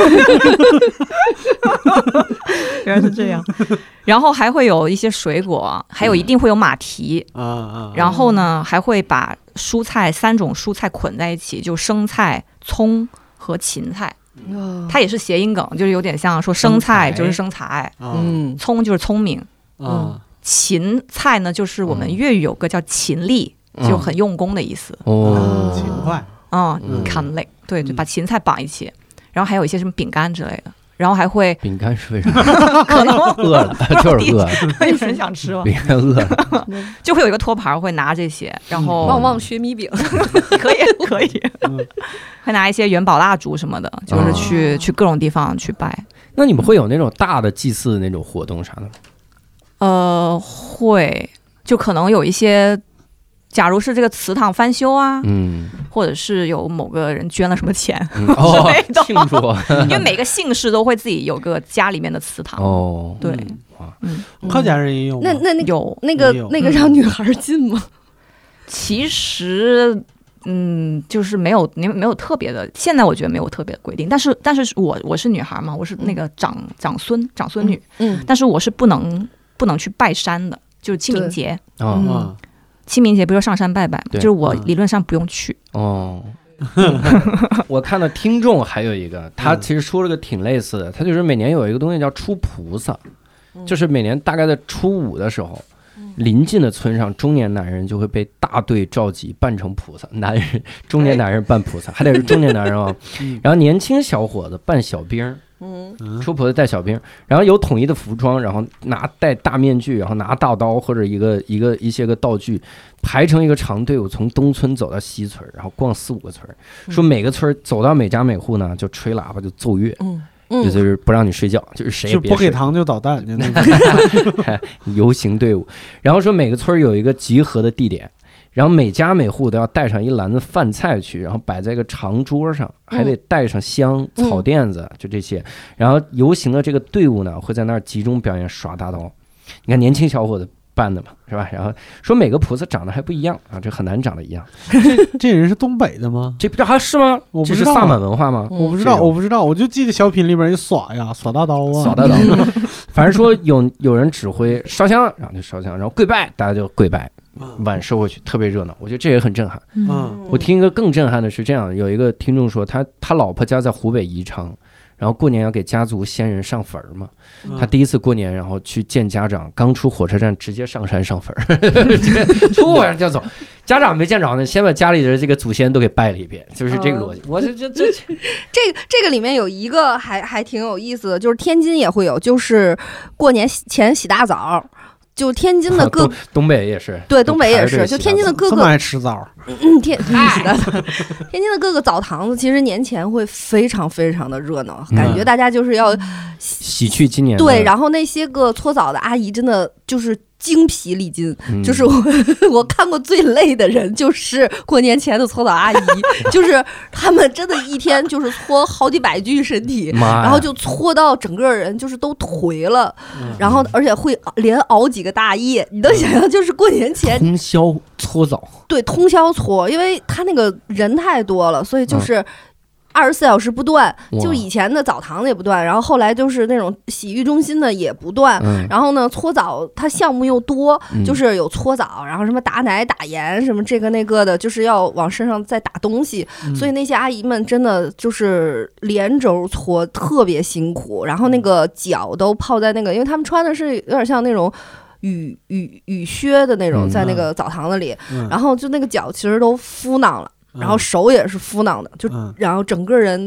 Speaker 5: 原来是这样。然后还会有一些水果，还有一定会有马蹄然后呢还会把蔬菜3种蔬菜捆在一起，就生菜、葱和芹菜。它也是谐音梗，就是有点像说生菜就是生财，葱就是聪明，芹菜呢就是我们粤语有个叫勤力，就很用功的意思，
Speaker 3: 勤快，
Speaker 5: 勤力，对，就把芹菜绑一起，然后还有一些什么饼干之类的。然后还会
Speaker 1: 饼干是为啥？可能饿了，就是饿了。
Speaker 5: 有人想吃吗？
Speaker 1: 饼干饿了，
Speaker 5: 就会有一个托盘会拿这些，然后
Speaker 4: 旺旺学米饼，
Speaker 5: 可以，会拿一些元宝蜡烛什么的，就是去各种地方去拜。
Speaker 1: 那你们会有那种大的祭祀那种活动啥的？
Speaker 5: 会，就可能有一些。假如是这个祠堂翻修啊，或者是有某个人捐了什么钱之类的，
Speaker 1: 庆祝，
Speaker 5: 因为每个姓氏都会自己有个家里面的祠堂。对，
Speaker 3: 客家人也有吗？
Speaker 4: 那
Speaker 5: 有
Speaker 4: 那个让女孩进吗？
Speaker 5: 其实，就是没有特别的，现在我觉得没有特别的规定，但是我是女孩嘛，我是那个长孙女，但是我是不能去拜山的，就是清明节，清明节不是上山拜拜，就是我理论上不用去。
Speaker 1: 我看到听众还有一个，他其实说了个挺类似的，他就是每年有一个东西叫出菩萨，就是每年大概在初5的时候，邻近的村上中年男人就会被大队召集扮成菩萨，中年男人扮菩萨，还得是中年男人啊，然后年轻小伙子扮小兵。出菩萨带小兵，然后有统一的服装，然后戴大面具，然后拿大刀或者一些个道具，排成一个长队伍，从东村走到西村，然后逛4-5个村，说每个村走到每家每户呢，就吹喇叭就奏乐，就是不让你睡觉，就是谁也别睡，
Speaker 3: 就不给糖就捣蛋，就那
Speaker 1: 游行队伍，然后说每个村有一个集合的地点。然后每家每户都要带上一篮子饭菜去，然后摆在一个长桌上，还得带上香、草垫子，就这些。然后游行的这个队伍呢，会在那儿集中表演耍大刀。你看年轻小伙子扮的嘛，是吧？然后说每个菩萨长得还不一样啊，这很难长得一样。
Speaker 3: 这人是东北的吗？
Speaker 1: 这不知道是吗？
Speaker 3: 我不知道，
Speaker 1: 这是萨满文化吗？
Speaker 3: 我不知道，我就记得小品里边有耍大刀啊，
Speaker 1: 耍大刀。反正说有人指挥烧香，然后就烧香，然后跪拜，大家就跪拜。晚收回去特别热闹，我觉得这也很震撼。我听一个更震撼的是这样，有一个听众说他老婆家在湖北宜昌，然后过年要给家族先人上坟嘛，他第一次过年然后去见家长，刚出火车站直接上山上坟，出火车就走，家长没见着呢，先把家里的这个祖先都给拜了一遍，就是这个逻辑。我
Speaker 4: 这个里面有一个还挺有意思的，就是天津也会有，就是过年前洗大澡。就天津的
Speaker 1: 东北也是，
Speaker 4: 对，东北也是，就天津的各个
Speaker 3: 这么爱吃枣，
Speaker 4: 天津的各个澡堂子，其实年前会非常非常的热闹，感觉大家就是要
Speaker 1: 洗去今年
Speaker 4: 对，然后那些个搓澡的阿姨真的就是精疲力尽，就是我看过最累的人就是过年前的搓澡阿姨，就是他们真的一天就是搓好几百具身体，然后就搓到整个人就是都颓了，然后而且会连熬几个大夜，你能想象就是过年前
Speaker 1: 通宵搓澡，
Speaker 4: 对，通宵搓，因为他那个人太多了，所以就是24小时不断，就以前的澡堂子也不断，然后后来就是那种洗浴中心的也不断，然后呢搓澡它项目又多，就是有搓澡，然后什么打奶打盐什么这个那个的，就是要往身上再打东西，所以那些阿姨们真的就是连轴搓，特别辛苦，然后那个脚都泡在那个，因为他们穿的是有点像那种雨靴的那种，在那个澡堂子里，然后就那个脚其实都敷囊了。然后手也是敷囊的，就然后整个人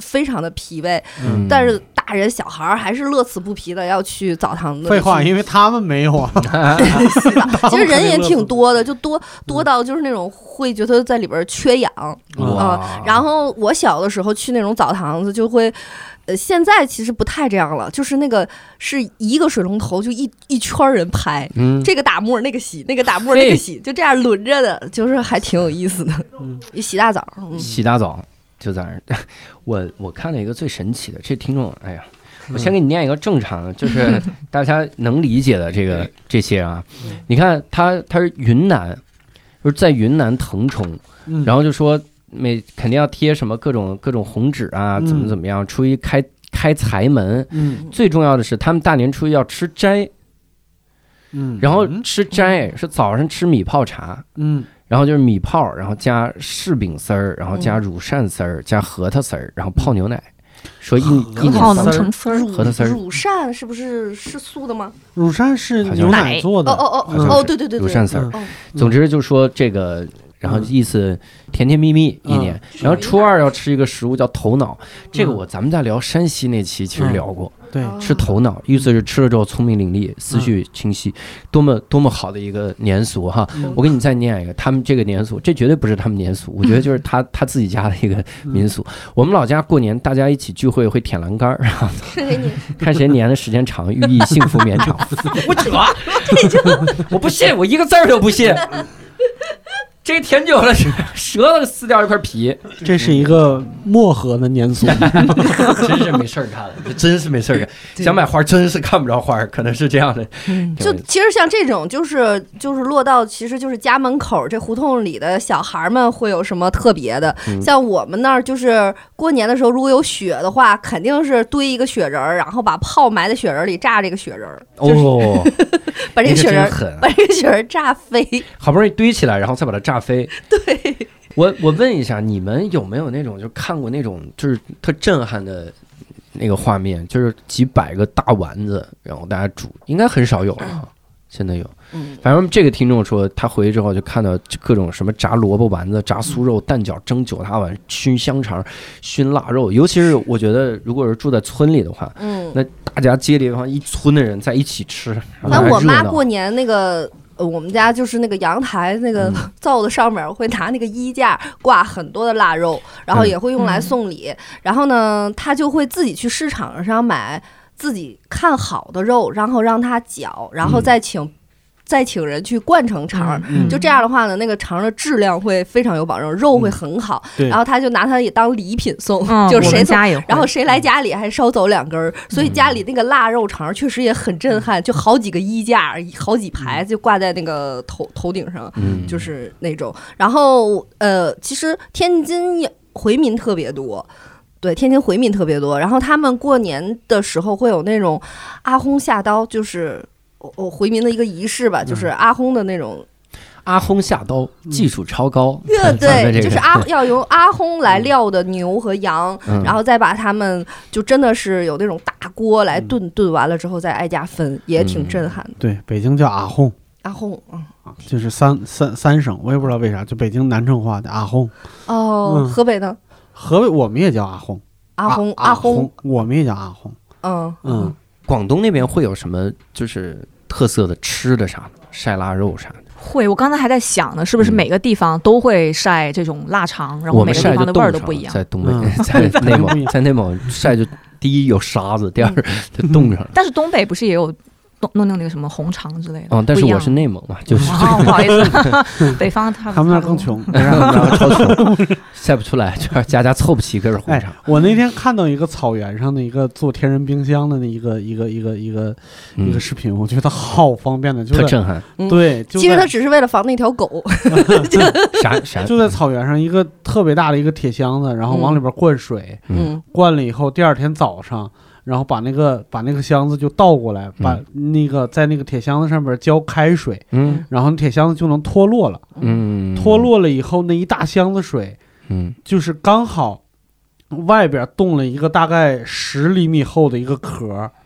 Speaker 4: 非常的疲惫，但是大人小孩还是乐此不疲的要去澡堂子。
Speaker 3: 废话，因为他们没有啊。
Speaker 4: 其实人也挺多的，就多到就是那种会觉得在里边缺氧然后我小的时候去那种澡堂子就会。现在其实不太这样了，就是那个是一个水龙头就一圈人拍，这个打沫那个洗，那个打沫那个洗，就这样轮着的，就是还挺有意思的。洗大澡，
Speaker 1: 洗大澡就在那儿。我看了一个最神奇的，这听众，哎呀，我先给你念一个正常的，就是大家能理解的这些啊。你看他是云南，就是在云南腾冲，然后就说。肯定要贴什么各种红纸啊，怎么样？初一开财门，最重要的是他们大年初一要吃斋，然后吃斋是早上吃米泡茶，然后就是米泡，然后加柿饼丝儿，然后加乳扇丝儿，加核桃丝儿，然后泡牛奶。说一年
Speaker 5: 能成丝儿，
Speaker 1: 核桃丝儿。
Speaker 4: 乳扇是不是素的吗？
Speaker 3: 乳扇是牛奶做的。
Speaker 4: 哦，对，
Speaker 1: 乳扇丝儿。总之就说这个。然后意思甜甜蜜蜜一年，然后初二要吃一个食物叫头脑，这个咱们在聊山西那期其实聊过，
Speaker 3: 对，
Speaker 1: 吃头脑，意思是吃了之后聪明伶俐，思绪清晰，多么好的一个年俗哈！我给你再念一个，他们这个年俗，这绝对不是他们年俗，我觉得就是他自己家的一个民俗。我们老家过年大家一起聚会会舔栏杆，然后看谁粘的时间长，寓意幸福绵长。我扯，我不信，我一个字儿都不信。这舔久了，舌头撕掉一块皮。
Speaker 3: 这是一个漠河的年俗，
Speaker 1: 真是没事儿干了，这真是没事儿干。想买花真是看不着花，可能是这样的。
Speaker 4: 就其实像这种，就是落到其实就是家门口这胡同里的小孩们会有什么特别的？像我们那儿就是过年的时候，如果有雪的话，肯定是堆一个雪人儿，然后把炮埋在雪人里炸这个雪人儿。
Speaker 1: 哦，
Speaker 4: 把这个雪人炸飞，
Speaker 1: 好不容易堆起来，然后再把它炸飞。
Speaker 4: 对，
Speaker 1: 我问一下，你们有没有那种就看过那种就是特震撼的那个画面，就是几百个大丸子，然后大家煮，应该很少有了，现在有。反正这个听众说，他回去之后就看到各种什么炸萝卜丸子、炸酥肉、蛋饺、蒸9大碗、熏香肠、熏腊肉。尤其是我觉得，如果是住在村里的话，那大家街里一村的人在一起吃。
Speaker 4: 那我妈过年那个。我们家就是那个阳台那个灶的上面会拿那个衣架挂很多的腊肉，然后也会用来送礼。然后呢，他就会自己去市场上买自己看好的肉，然后让他绞，然后再请人去灌成肠，就这样的话呢，那个肠的质量会非常有保证，肉会很好。然后他就拿它也当礼品送，就是谁送，然后谁来家里还捎走2根，所以家里那个腊肉肠确实也很震撼，就好几个衣架，好几排就挂在那个头顶上，就是那种。然后其实天津回民特别多。对，天津回民特别多，然后他们过年的时候会有那种阿訇下刀，就是回民的一个仪式吧，就是阿訇的那种。
Speaker 1: 阿訇下刀，技术超高。
Speaker 4: 对，就是要用阿訇来料的牛和羊，然后再把它们就真的是有那种大锅来炖完了之后再挨家分，也挺震撼的。
Speaker 3: 对，北京叫阿訇。
Speaker 4: 阿訇，
Speaker 3: 就是三省，我也不知道为啥，就北京南城话的阿訇。
Speaker 4: 哦，河北呢？
Speaker 3: 河北我们也叫阿訇。阿訇，我们也叫阿訇。
Speaker 1: 广东那边会有什么就是特色的吃的啥的，晒腊肉啥的？
Speaker 5: 会，我刚才还在想呢，是不是每个地方都会晒这种腊肠，然后每个地方的味儿都不一样。
Speaker 1: 在东北，在内蒙晒就第一有沙子，第二就冻上了。
Speaker 5: 但是东北不是也有弄那个什么红肠之类的？
Speaker 1: 但是我是内蒙嘛，就是
Speaker 5: 不好意思，北方他
Speaker 3: 们那更穷，
Speaker 1: 超穷，晒不出来，就是家凑不齐一根红肠。
Speaker 3: 我那天看到一个草原上的一个做天然冰箱的一个视频，我觉得好方便的，
Speaker 1: 特震撼。
Speaker 3: 对，
Speaker 4: 其实它只是为了防那条狗。
Speaker 1: 啥？
Speaker 3: 就在草原上一个特别大的一个铁箱子，然后往里边灌水，灌了以后，第二天早上。然后把那个箱子就倒过来，把那个在那个铁箱子上面浇开水，然后铁箱子就能脱落了，脱落了以后那一大箱子水，就是刚好外边冻了一个大概10厘米厚的一个壳，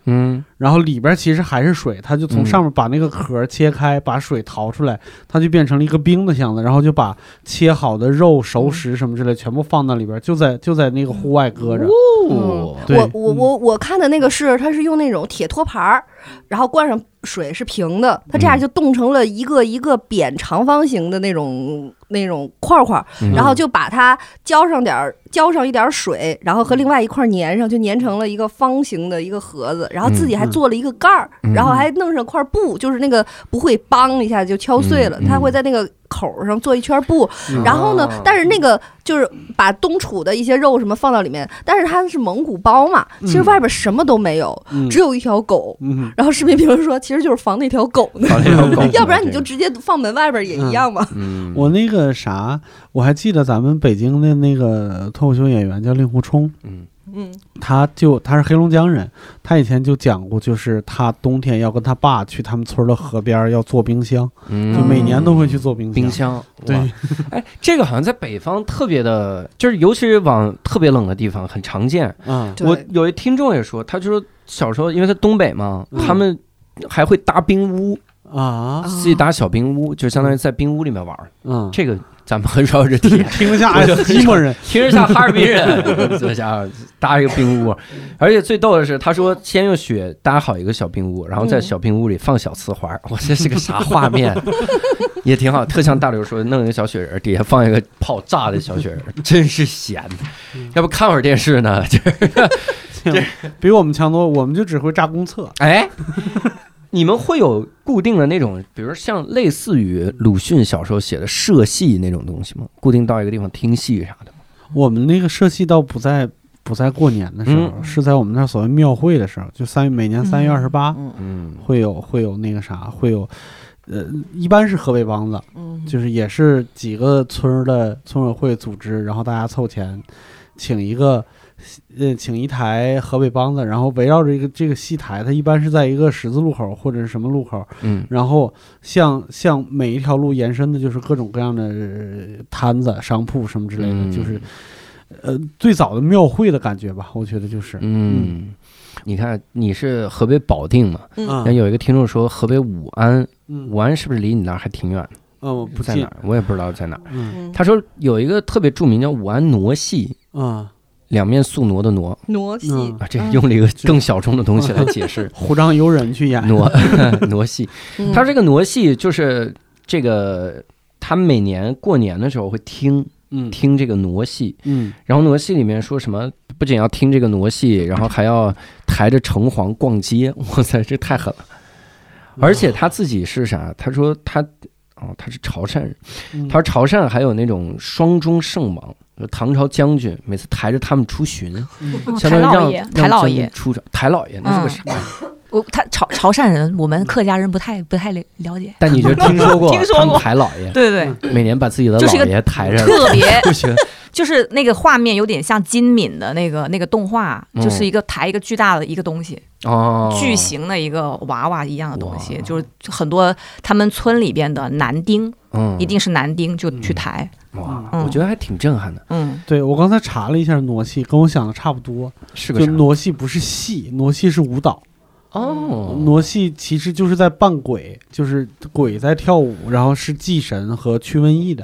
Speaker 3: 然后里边其实还是水，他就从上面把那个壳切开，把水掏出来，它就变成了一个冰的箱子，然后就把切好的肉、熟食什么之类全部放到里边，就在那个户外搁着。
Speaker 4: 我看的那个它是用那种铁托盘，然后灌上水是平的，它这样就冻成了一个一个扁长方形的那种块块，然后就把它浇上一点水，然后和另外一块粘上，就粘成了一个方形的一个盒子，然后自己还做了一个盖儿，然后还弄上块布，就是那个不会梆一下就敲碎了，它会在那个口上做一圈布，然后呢，但是那个就是把冬储的一些肉什么放到里面，但是它是蒙古包嘛，其实外边什么都没有，只有一条狗，然后视频评论说其实就是防那条狗呢，要不然你就直接放门外边也一样嘛。
Speaker 3: 我那个啥，我还记得咱们北京的那个脱口秀演员叫令狐冲，他是黑龙江人，他以前就讲过，就是他冬天要跟他爸去他们村的河边要做冰箱，就每年都会去做冰箱。对，
Speaker 1: 哎，这个好像在北方特别的，就是尤其是往特别冷的地方很常见。我有一听众也说，他就说小时候因为他东北嘛，他们还会搭冰屋啊，自己搭小冰屋，就相当于在冰屋里面玩。这个咱们很少人
Speaker 3: 听一下寂寞人，
Speaker 1: 听着像哈尔滨人，这家伙搭一个冰屋，而且最逗的是，他说先用雪搭好一个小冰屋，然后在小冰屋里放小瓷环，哇，这是个啥画面？也挺好，特像大刘说，弄一个小雪人，底下放一个泡炸的小雪人，真是闲。要不看会儿电视呢？这
Speaker 3: 比我们强多，我们就只会炸公厕。
Speaker 1: 哎。你们会有固定的那种，比如像类似于鲁迅小时候写的社戏那种东西吗？固定到一个地方听戏啥的吗？
Speaker 3: 我们那个社戏倒不在过年的时候，是在我们那所谓庙会的时候，就每年3月28，会有那个啥，会有，一般是河北梆子，就是也是几个村的村委会组织，然后大家凑钱，请一台河北梆子，然后围绕着这个戏台，它一般是在一个十字路口或者是什么路口，然后向每一条路延伸的就是各种各样的摊子、商铺什么之类的，就是最早的庙会的感觉吧，我觉得就是。
Speaker 1: 你看你是河北保定嘛？有一个听众说河北武安，武安是不是离你那儿还挺远的？
Speaker 3: 不
Speaker 1: 在哪儿，我也不知道在哪儿。他说有一个特别著名叫武安傩戏两面宿傩的
Speaker 4: 傩戏
Speaker 1: 这用了一个更小众的东西来解释。
Speaker 3: 胡张游人去演
Speaker 1: 傩戏，他这个傩戏就是这个，他每年过年的时候会听这个傩戏，然后傩戏里面说什么，不仅要听这个傩戏，然后还要抬着城隍逛街，哇塞，这太狠了。而且他自己是啥？他说他是潮汕人，他说潮汕还有那种双忠圣王。唐朝将军每次抬着他们出巡，相当于让
Speaker 5: 抬老爷
Speaker 1: 出场，抬老爷那是个啥？
Speaker 5: 他潮汕人，我们客家人不太了解。
Speaker 1: 但你就听说过他们抬老爷？
Speaker 5: 对，
Speaker 1: 每年把自己的老爷抬着，
Speaker 5: 特别就是那个画面有点像金敏的那个动画，就是一个抬一个巨大的一个东西，巨型的一个娃娃一样的东西，就是很多他们村里边的男丁，一定是男丁就去抬。
Speaker 1: 哇，我觉得还挺震撼的。
Speaker 3: 对，我刚才查了一下傩戏，跟我想的差不多。
Speaker 1: 是个
Speaker 3: 就傩戏不是戏，傩戏是舞蹈。傩戏其实就是在扮鬼，就是鬼在跳舞，然后是祭神和驱瘟疫的。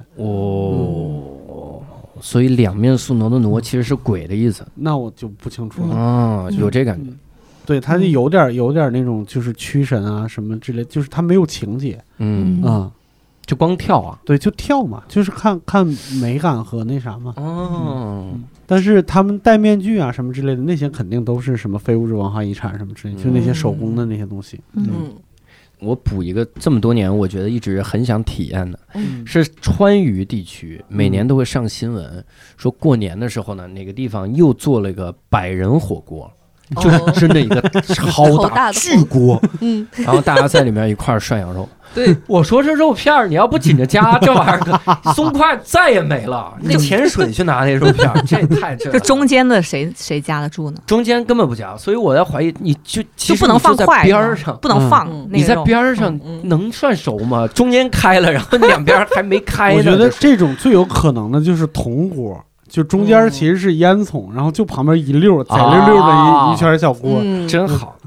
Speaker 1: 所以两面宿傩的傩其实是鬼的意思。
Speaker 3: 那我就不清楚了。
Speaker 1: 有这感觉。
Speaker 3: 对，它就有点那种就是驱神啊什么之类，就是它没有情节。
Speaker 1: 就光跳啊？
Speaker 3: 对，就跳嘛，就是看美感和那啥嘛。但是他们戴面具啊什么之类的，那些肯定都是什么非物质文化遗产什么之类的，就那些手工的那些东西。
Speaker 1: 我补一个这么多年我觉得一直很想体验的，是川渝地区每年都会上新闻，说过年的时候呢，哪个地方又做了一个100人火锅。就是真的一个超大巨锅，然后大家在里面一块涮羊肉。对，我说这肉片你要不紧着夹，这玩意儿松快再也没了。那潜水去拿那肉片，这太这
Speaker 5: 中间的谁夹得住呢？
Speaker 1: 中间根本不夹，所以我在怀疑，你就
Speaker 5: 不能放筷子，
Speaker 1: 边上
Speaker 5: 不能放。
Speaker 1: 你在边上能涮熟吗？中间开了，然后两边还没开呢。
Speaker 3: 我觉得这种最有可能的就是铜锅。就中间其实是烟囱，然后就旁边一溜窄溜溜的一圈小锅，
Speaker 1: 真好。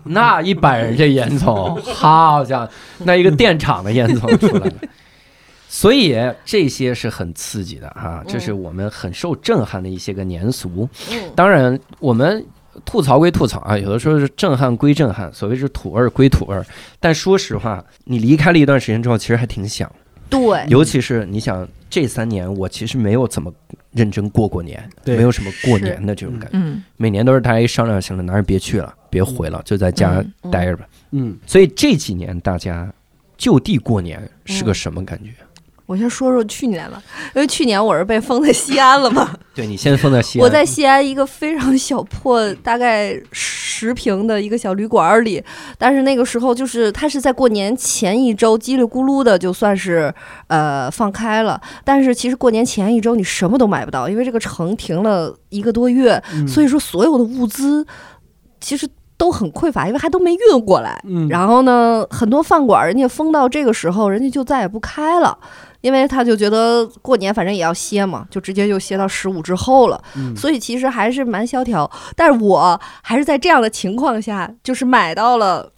Speaker 1: 那100人这烟囱，好家伙，那一个电厂的烟囱出来了。所以这些是很刺激的哈，这是我们很受震撼的一些个年俗。当然我们吐槽归吐槽啊，有的时候是震撼归震撼，所谓是土味归土味。但说实话，你离开了一段时间之后，其实还挺想。
Speaker 4: 对，
Speaker 1: 尤其是你想这3年，我其实没有怎么认真过年，没有什么过年的这种感觉。每年都是大家一商量，行了，哪儿也别去了，别回了，就在家待着吧。所以这几年大家就地过年是个什么感觉？
Speaker 4: 我先说说去年吧，因为去年我是被封在西安了嘛。
Speaker 1: 对，你先封在西安。
Speaker 4: 我在西安一个非常小破，大概10平的一个小旅馆里，但是那个时候就是它是在过年前一周叽里咕噜的就算是放开了，但是其实过年前一周你什么都买不到，因为这个城停了1个多月，所以说所有的物资其实都很匮乏，因为还都没运过来。然后呢，很多饭馆人家封到这个时候，人家就再也不开了，因为他就觉得过年反正也要歇嘛，就直接就歇到15之后了。所以其实还是蛮萧条。但是我还是在这样的情况下，就是买到了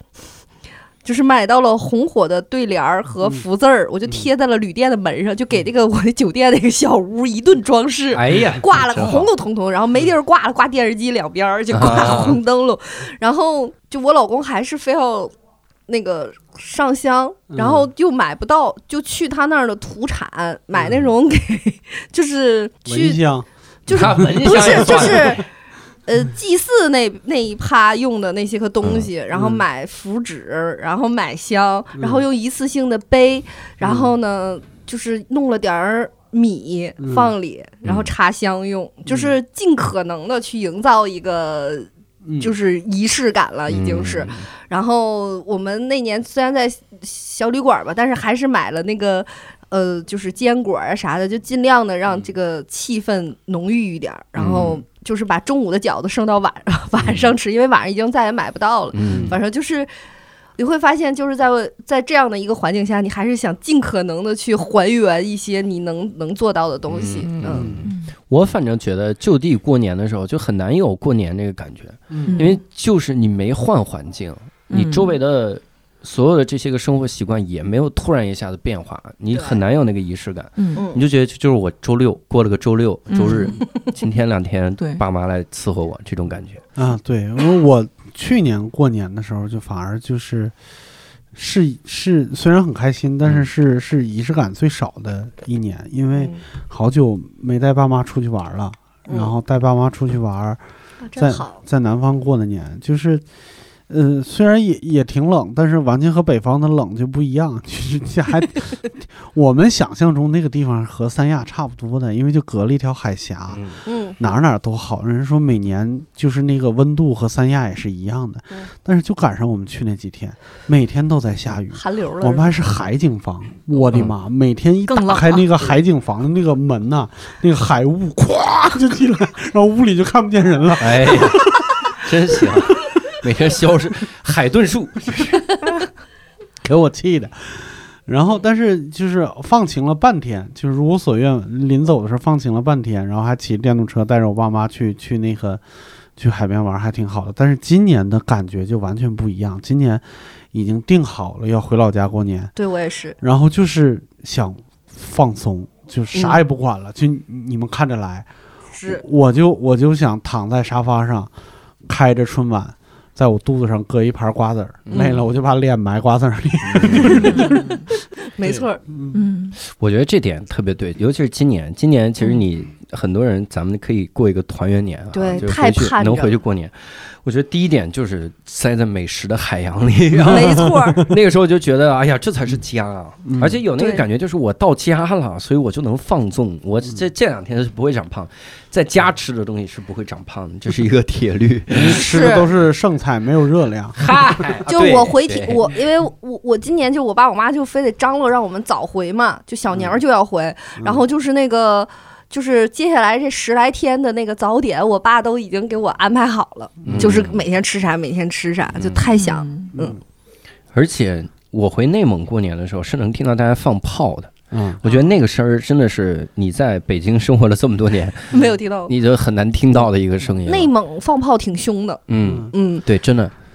Speaker 4: 红火的对联和福字儿，我就贴在了旅店的门上，就给这个我的酒店那个小屋一顿装饰。哎呀，挂了个红彤彤彤，然后没地儿挂了，挂电视机两边就挂红灯笼。然后就我老公还是非要那个上香，然后又买不到，就去他那儿的土产买那种给，就是去
Speaker 3: 蚊香，
Speaker 4: 就是不是就是。祭祀那一趴用的那些个东西，然后买符纸，然后买香，然后用一次性的杯，然后呢就是弄了点米放里，然后插香用，就是尽可能的去营造一个就是仪式感了，已经是。然后我们那年虽然在小旅馆吧，但是还是买了那个就是坚果啊啥的，就尽量的让这个气氛浓郁一点，然后就是把中午的饺子剩到晚上吃，因为晚上已经再也买不到了。反正就是你会发现，就是在这样的一个环境下，你还是想尽可能的去还原一些你能做到的东西。
Speaker 1: 我反正觉得就地过年的时候就很难有过年那个感觉，因为就是你没换环境，你周围的所有的这些个生活习惯也没有突然一下子变化，你很难有那个仪式感。你就觉得就是我周六过了个周六周日，今天2天爸妈来伺候我这种感觉
Speaker 3: 啊。对，因为我去年过年的时候就反而就是虽然很开心，但是是仪式感最少的一年，因为好久没带爸妈出去玩了，然后带爸妈出去玩，在南方过的年，就是虽然也挺冷，但是完全和北方的冷就不一样。就是还我们想象中那个地方和三亚差不多的，因为就隔了一条海峡，哪都好。人说每年就是那个温度和三亚也是一样的，但是就赶上我们去那几天，每天都在下雨，
Speaker 4: 寒流了。
Speaker 3: 我们还是海景房，我的妈！每天一打开那个海景房的那个门呐，那个海雾咵就进来，然后屋里就看不见人了。
Speaker 1: 哎呀，真行！每天消失海顿树，
Speaker 3: 给我气的。然后，但是就是放晴了半天，就是如我所愿。临走的时候放晴了半天，然后还骑电动车带着我爸妈去那个去海边玩，还挺好的。但是今年的感觉就完全不一样。今年已经定好了要回老家过年，
Speaker 4: 对我也是。
Speaker 3: 然后就是想放松，就啥也不管了，就你们看着来。
Speaker 4: 是，我
Speaker 3: 就想躺在沙发上，开着春晚。在我肚子上搁一盘瓜子儿，累了我就把脸埋瓜子儿里。
Speaker 4: 没错，
Speaker 1: 我觉得这点特别对，尤其是今年其实你很多人咱们可以过一个团圆年啊，
Speaker 4: 对，
Speaker 1: 就是
Speaker 4: 太盼着
Speaker 1: 能回去过年。我觉得第一点就是塞在美食的海洋里，
Speaker 4: 没错。
Speaker 1: 那个时候就觉得，哎呀，这才是家啊！而且有那个感觉，就是我到家了，所以我就能放纵。我这2天是不会长胖，在家吃的东西是不会长胖的，这是一个铁律。
Speaker 3: 吃的都是剩菜，没有热量。
Speaker 1: 嗨，
Speaker 4: 就我回体，因为我今年就我爸我妈就非得张罗让我们早回嘛，就小年就要回，然后就是那个。就是接下来这10来天的那个早点，我爸都已经给我安排好了，就是每天吃啥，就太想。
Speaker 1: 而且我回内蒙过年的时候是能听到大家放炮的。我觉得那个声儿真的是你在北京生活了这么多年
Speaker 4: 没有听到，
Speaker 1: 你就很难听到的一个声音。
Speaker 4: 内蒙放炮挺凶的。
Speaker 1: 对，真的。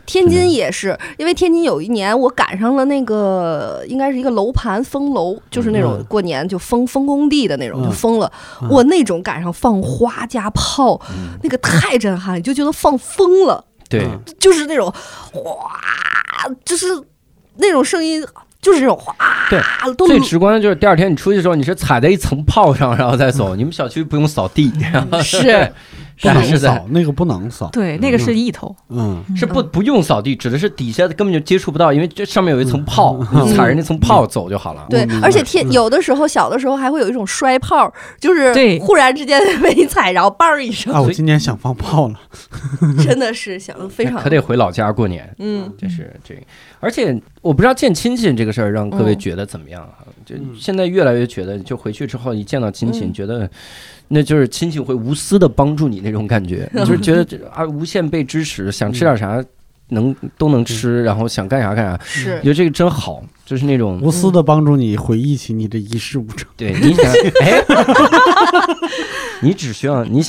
Speaker 4: 天津也是，因为天津有一年我赶上了那个应该是一个楼盘封楼，就是那种过年就封工地的那种，就封了。我那种赶上放花加炮，那个太震撼，就觉得放疯了。
Speaker 1: 对，
Speaker 4: 就是那种哗，就是那种声音。就是这种哗，
Speaker 1: 对，最直观的就是第二天你出去的时候，你是踩在一层炮上，然后再走。你们小区不用扫地，
Speaker 4: 是
Speaker 3: 不能扫，那个不能扫，
Speaker 5: 对，那个是一头，
Speaker 1: 是不用扫地，指的是底下根本就接触不到，因为这上面有一层炮，你踩着那层炮走就好了。
Speaker 4: 对，而且有的时候小的时候还会有一种摔炮，就是忽然之间被你踩，然后嘣一声。
Speaker 3: 啊，我今年想放炮了，
Speaker 4: 真的是想非常，
Speaker 1: 可得回老家过年。就是这个，而且我不知道见亲戚这个事儿让各位觉得怎么样啊？就现在越来越觉得，就回去之后一见到亲戚，觉得那就是亲戚会无私的帮助你那种感觉，就是觉得无限被支持，想吃点啥都能吃，然后想干啥干啥，
Speaker 4: 是
Speaker 1: 觉得这个真好，就是那种
Speaker 3: 无私的帮助你回忆起你的一事无成。
Speaker 1: 对，你想，你只需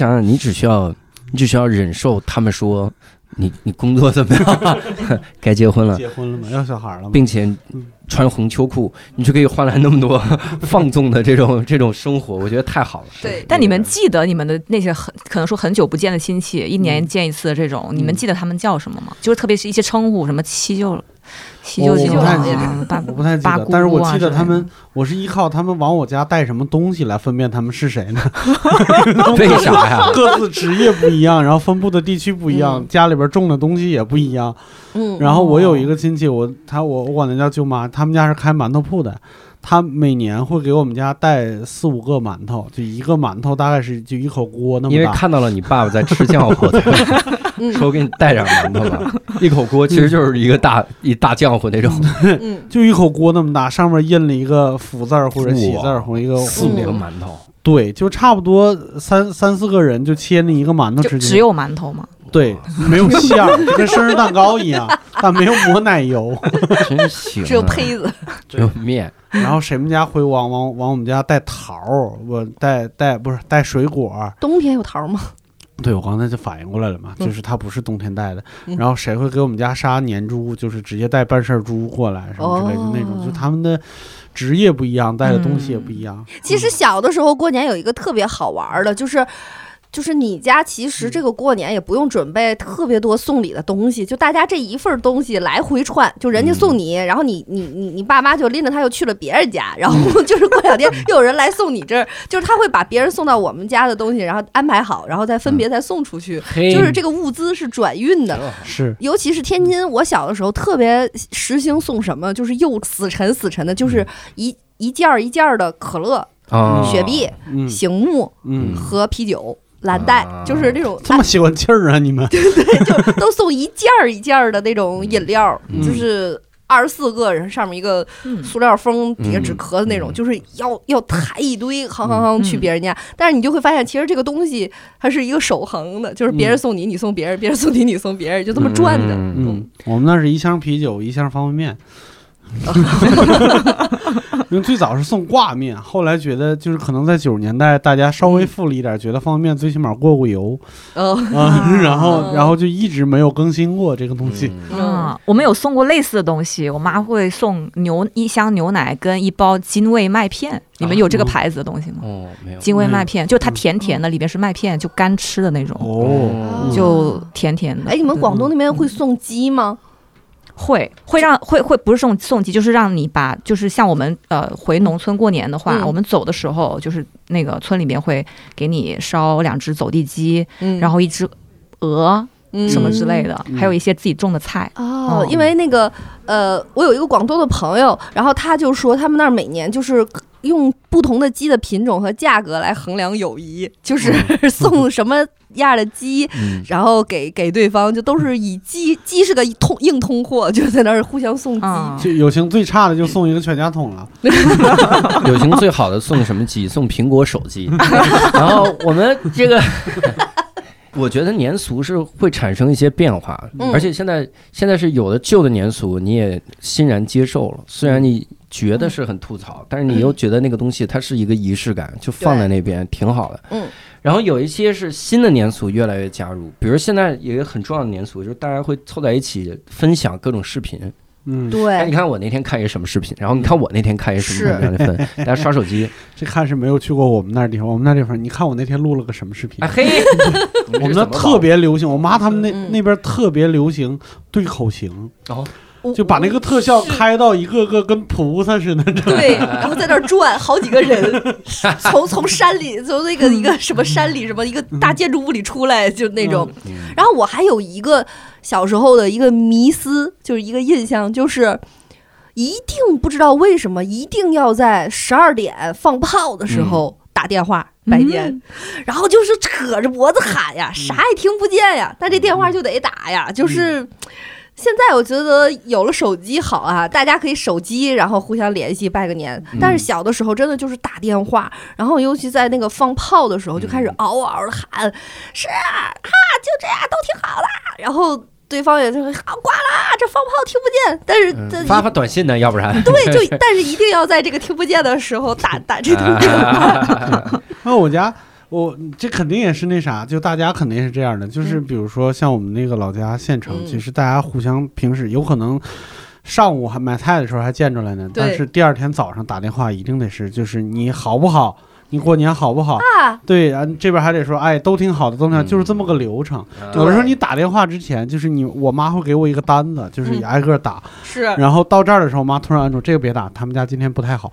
Speaker 1: 要忍受他们说。你工作怎么样？该结婚了？
Speaker 3: 结婚了吗？要小孩了吗？
Speaker 1: 并且穿红秋裤，你就可以换来那么多放纵的这种生活，我觉得太好了。
Speaker 4: 对，
Speaker 5: 但你们记得你们的那些可能说很久不见的亲戚，一年见一次的这种，你们记得他们叫什么吗？就是特别是一些称呼，什么七舅
Speaker 3: 我不太记得，但是我记得他们，我是依靠他们往我家带什么东西来分辨他们是谁呢？
Speaker 1: 为啥呀？
Speaker 3: 各自职业不一样，然后分布的地区不一样，家里边种的东西也不一样。然后我有一个亲戚，我管他叫舅妈，他们家是开馒头铺的。他每年会给我们家带4、5个馒头，就一个馒头大概是就一口锅那么大。
Speaker 1: 因为看到了你爸爸在吃浆糊，说给你带点馒头吧，一口锅其实就是一大浆糊那种，
Speaker 3: 就一口锅那么大，上面印了一个福字或者喜字或一个
Speaker 1: 4个馒头。
Speaker 3: 对，就差不多三四个人就切那一个馒头吃，
Speaker 5: 只有馒头吗？
Speaker 3: 对，没有馅儿，就跟生日蛋糕一样，但没有抹奶油，
Speaker 1: 真行。
Speaker 4: 只有胚子，
Speaker 1: 只有面。
Speaker 3: 然后谁们家会往我们家带桃，我带水果。
Speaker 4: 冬天有桃吗？
Speaker 3: 对，我刚才就反应过来了嘛，就是它不是冬天带的。然后谁会给我们家杀年猪，就是直接带半事猪过来什么之类的那种，就他们的职业不一样，带的东西也不一样。
Speaker 4: 其实小的时候过年有一个特别好玩的，就是你家其实这个过年也不用准备特别多送礼的东西，就大家这一份东西来回串，就人家送你，然后你爸妈就拎着他又去了别人家，然后就是过2天又有人来送你这儿，就是他会把别人送到我们家的东西，然后安排好，然后再分别再送出去，就是这个物资是转运的。
Speaker 3: 是，
Speaker 4: 尤其是天津，我小的时候特别实行送什么，就是又死沉的，就是一件一件的可乐、雪碧、醒目和啤酒。蓝带就是那种
Speaker 3: 这么喜欢气儿啊！你们
Speaker 4: 对，就都送一件一件的那种饮料，就是24个人，上面一个塑料封，底下纸壳的那种，就是要抬一堆，行去别人家。但是你就会发现，其实这个东西它是一个守恒的，就是别人送你，你送别人，别人送你，你送别人，就这么转的。
Speaker 3: 我们那是1箱啤酒，1箱方便面。因为最早是送挂面，后来觉得就是可能在90年代大家稍微富了一点，觉得方便面最起码过油，然后就一直没有更新过这个东西。
Speaker 5: 我们有送过类似的东西，我妈会送1箱牛奶跟1包金味麦片。你们有这个牌子的东西吗？
Speaker 1: 没有。
Speaker 5: 金味麦片，就它甜甜的，里边是麦片，就干吃的那种。就甜甜的。
Speaker 4: 哎，你们广东那边会送鸡吗？
Speaker 5: 会不是送鸡，就是让你把，就是像我们回农村过年的话，我们走的时候，就是那个村里面会给你烧2只走地鸡，然后1只鹅。什么之类的，还有一些自己种的菜
Speaker 4: 因为那个我有一个广东的朋友，然后他就说他们那儿每年就是用不同的鸡的品种和价格来衡量友谊，就是送什么样的鸡，然后给对方，就都是以鸡是个硬通货，就在那儿互相送鸡。
Speaker 3: 就友情最差的就送一个全家桶了，
Speaker 1: 友情最好的送什么鸡？送苹果手机。然后我们这个。我觉得年俗是会产生一些变化，而且现在是有的旧的年俗你也欣然接受了，虽然你觉得是很吐槽，但是你又觉得那个东西它是一个仪式感，就放在那边挺好的。 然后有一些是新的年俗越来越加入，比如现在有一个很重要的年俗，就是大家会凑在一起分享各种视频。
Speaker 4: 对。
Speaker 1: 哎，你看我那天看一个什么视频，然后你看我那天看一个什么样的分，大家刷手机。
Speaker 3: 这看是没有去过我们那地方，我们那地方，你看我那天录了个什么视频？
Speaker 1: 啊嘿，
Speaker 3: 我们那特别流行，我妈他们那边特别流行对口型。就把那个特效开到一个个跟菩萨似的，
Speaker 4: 对，然后在那儿转好几个人，从山里，从那个一个什么山里，什么一个大建筑物里出来，就那种。然后我还有一个小时候的一个迷思，就是一个印象，就是一定不知道为什么一定要在12点放炮的时候打电话。白天，然后就是扯着脖子喊呀，啥也听不见呀，但这电话就得打呀，就是。现在我觉得有了手机好啊，大家可以手机然后互相联系拜个年，但是小的时候真的就是打电话，然后尤其在那个放炮的时候就开始嗷嗷的喊，是啊，就这样都挺好啦，然后对方也就好挂啦，这放炮听不见，但是
Speaker 1: 发短信呢，要不然
Speaker 4: 对，就但是一定要在这个听不见的时候打这通电话。
Speaker 3: 那我这肯定也是那啥，就大家肯定是这样的，就是比如说像我们那个老家县城，其实大家互相平时有可能上午还买菜的时候还见着来呢，但是第二天早上打电话一定得是就是你好不好，你过年好不好啊？对啊，这边还得说哎都挺好的，都挺好，就是这么个流程。有的时候你打电话之前，就是我妈会给我一个单子，就是挨个打，
Speaker 4: 是。
Speaker 3: 然后到这儿的时候，我妈突然按住这个别打，他们家今天不太好。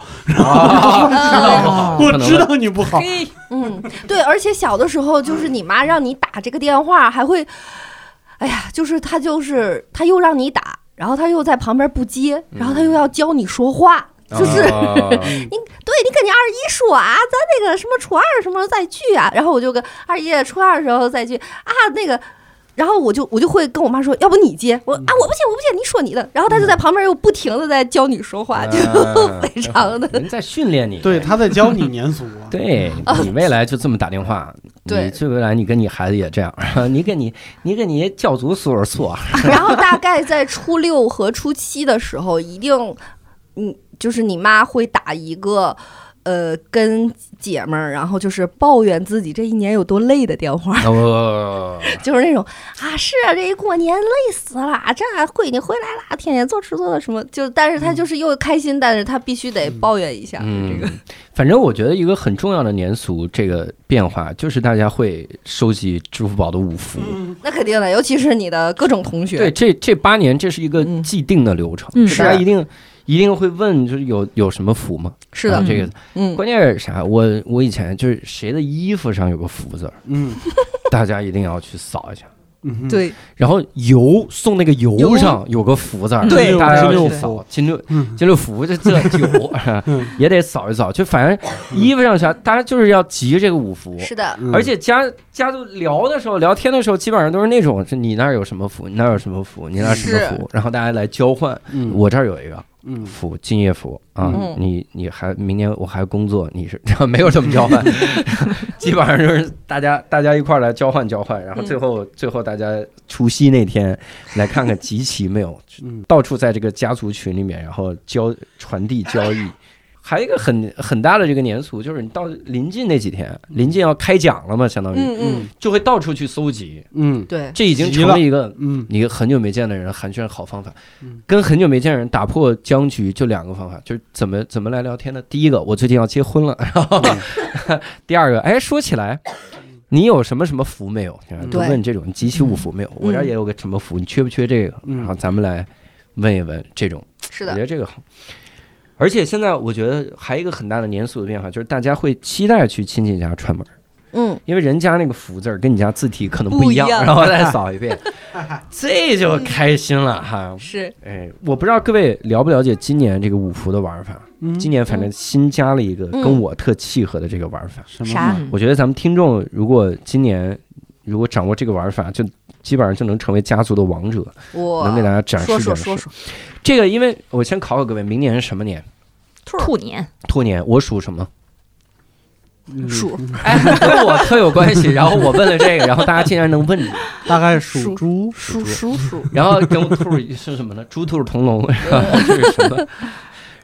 Speaker 3: 我知道你不好。
Speaker 4: 对，而且小的时候就是你妈让你打这个电话，还会，哎呀，就是她又让你打，然后她又在旁边不接，然后她又要教你说话。就是你跟你二姨说啊，咱那个什么初2什么时候再聚啊？然后我就跟二姨初2的时候再聚啊，那个，然后我就会跟我妈说，要不你接我不信，你说你的。然后她就在旁边又不停的在教你说话，就非常的
Speaker 1: 人在训练你，
Speaker 3: 对，他在教你年俗啊。
Speaker 1: 对，你未来就这么打电话，
Speaker 4: 对，
Speaker 1: 这未来你跟你孩子也这样，你给你教族说错。
Speaker 4: 然后大概在初6和初7的时候，一定。就是你妈会打一个，跟姐们儿，然后就是抱怨自己这一年有多累的电话，就是那种啊，是啊，这一过年累死了，这闺女回来了，天天做吃做的什么，就但是她就是又开心，但是她必须得抱怨一下这个。
Speaker 1: 反正我觉得一个很重要的年俗，这个变化就是大家会收集支付宝的5福，
Speaker 4: 那肯定的，尤其是你的各种同学。
Speaker 1: 对，这8年这是一个既定的流程，大家一定会问，就是有什么福吗？
Speaker 4: 是的，
Speaker 1: 这个，关键是啥？我以前就是谁的衣服上有个福字，大家一定要去扫一下。
Speaker 4: 对，
Speaker 1: 然后送那个油上有个福字，
Speaker 4: 对，
Speaker 1: 大家要去扫金六福，这酒也得扫一扫。就反正衣服上啥，大家就是要集这个5福。
Speaker 4: 是的，
Speaker 1: 而且家族聊的时候、聊天的时候，基本上都是那种，是你那儿有什么福，你那儿有什么福，你那儿什么福，然后大家来交换。我这儿有一个。福敬业福啊，你还明年我还工作，你是没有这么交换，基本上就是大家一块来交换，然后最后大家除夕那天来看看集齐没有，到处在这个家族群里面，然后传递交易。还有一个很大的这个年俗，就是你到临近那几天，临近要开奖了嘛，相当于，就会到处去搜集，
Speaker 4: 对，
Speaker 1: 这已经成了一个你很久没见的人寒暄好方法，跟很久没见的人打破僵局就2个方法，就是怎么来聊天呢？第一个，我最近要结婚了，然后第二个，哎，说起来。你有什么福没有？都问这种集齐5福没有？我这儿也有个什么福，你缺不缺这个？然后咱们来问一问这种，
Speaker 4: 是的，
Speaker 1: 我觉得这个好。而且现在我觉得还有一个很大的年俗的变化，就是大家会期待去亲戚家串门，因为人家那个福字跟你家字体可能不一样，然后再扫一遍，这就开心了哈。
Speaker 4: 是，
Speaker 1: 哎，我不知道各位了不了解今年这个5福的玩法。今年反正新加了一个跟我特契合的这个玩法。
Speaker 4: 啥？
Speaker 1: 我觉得咱们听众今年掌握这个玩法，就基本上就能成为家族的王者，能给大家展示展示。
Speaker 4: 说
Speaker 1: 这个，因为我先考各位，明年是什么年？
Speaker 5: 兔年。
Speaker 1: 兔年，我属什么？
Speaker 4: 属，
Speaker 1: 哎，跟我特有关系。然后我问了这个，然后大家竟然能问，
Speaker 3: 大概属猪，
Speaker 4: 属。
Speaker 1: 然后跟兔是什么呢？猪兔同笼，然后是什么？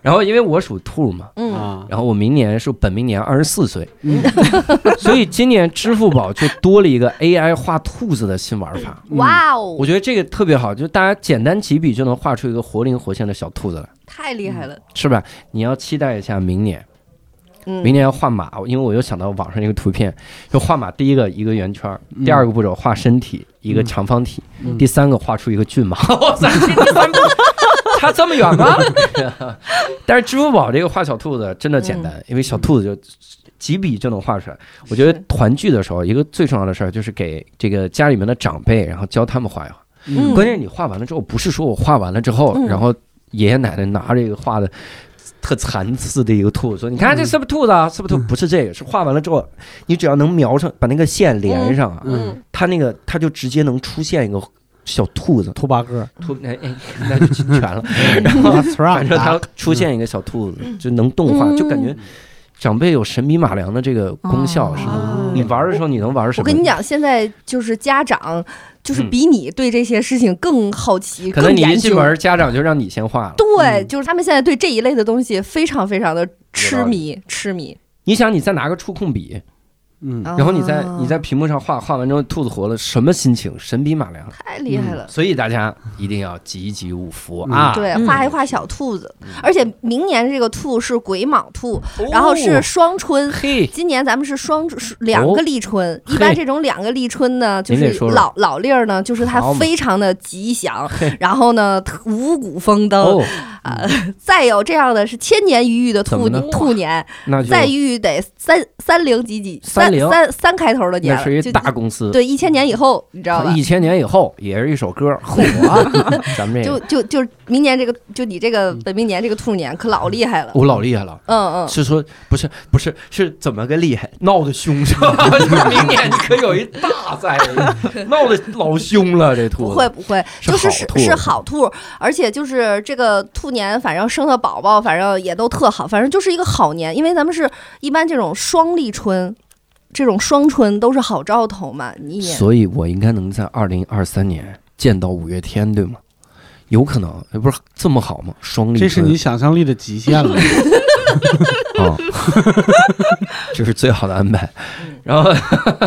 Speaker 1: 然后因为我属兔嘛，然后我明年是本命年24岁，所以今年支付宝就多了一个 AI 画兔子的新玩法。
Speaker 4: 哇哦，
Speaker 1: 我觉得这个特别好，就大家简单几笔就能画出一个活灵活现的小兔子来，
Speaker 4: 太厉害了，
Speaker 1: 是吧？你要期待一下明年。明年要画马，因为我又想到网上一个图片，就画马，第一个一个圆圈，第二个步骤画身体一个长方体，第三个画出一个骏马。哇塞，第三步差这么远吗？但是支付宝这个画小兔子真的简单，因为小兔子就几笔就能画出来。我觉得团聚的时候，一个最重要的事儿就是给这个家里面的长辈，然后教他们画一画。关键是你画完了之后，不是说我画完了之后，然后爷爷奶奶拿这个画的。特残次的一个兔子，说你看这是不是兔子啊？是不是兔？不是这个，是画完了之后，你只要能描上，把那个线连上啊，它就直接能出现一个小兔子，
Speaker 3: 兔八哥，
Speaker 1: 那就全了。然后反正它出现一个小兔子，就能动画，就感觉长辈有神笔马良的这个功效，是吧？你玩的时候你能玩什么？
Speaker 4: 我跟你讲，现在就是家长。就是比你对这些事情更好奇，
Speaker 1: 可能你一进门，家长就让你先画了。
Speaker 4: 对，就是他们现在对这一类的东西非常非常的痴迷。
Speaker 1: 你想，你再拿个触控笔，然后你在屏幕上画完之后，兔子活了，什么心情？神笔马良，
Speaker 4: 太厉害了。
Speaker 1: 所以大家一定要集集五福啊！
Speaker 4: 对，画一画小兔子，而且明年这个兔是癸卯兔，然后是双春。今年咱们是两个立春，一般这种两个立春呢，就是老历儿呢，就是它非常的吉祥，然后呢五谷丰登。再有这样的是千年一遇的兔年，再遇得三零几三开头的年，
Speaker 1: 那是一大公司。
Speaker 4: 对，1000年以后，你知道吧
Speaker 1: ？1000年以后也是一首歌，火。咱们这
Speaker 4: 个就明年这个，就你这个本命年这个兔年可老厉害了。
Speaker 1: 我老厉害了。是说不是是怎么个厉害？闹得凶是吧？明年你可有一大灾，闹得老凶了。这兔子
Speaker 4: 不会，是好兔，而且就是这个兔年，反正生的宝宝，反正也都特好，反正就是一个好年。因为咱们是一般这种双立春。这种双春都是好兆头嘛，
Speaker 1: 所以我应该能在2023年见到5月天，对吗？有可能，不是这么好吗？双立春，
Speaker 3: 这是你想象力的极限了。
Speaker 1: 这是最好的安排。然后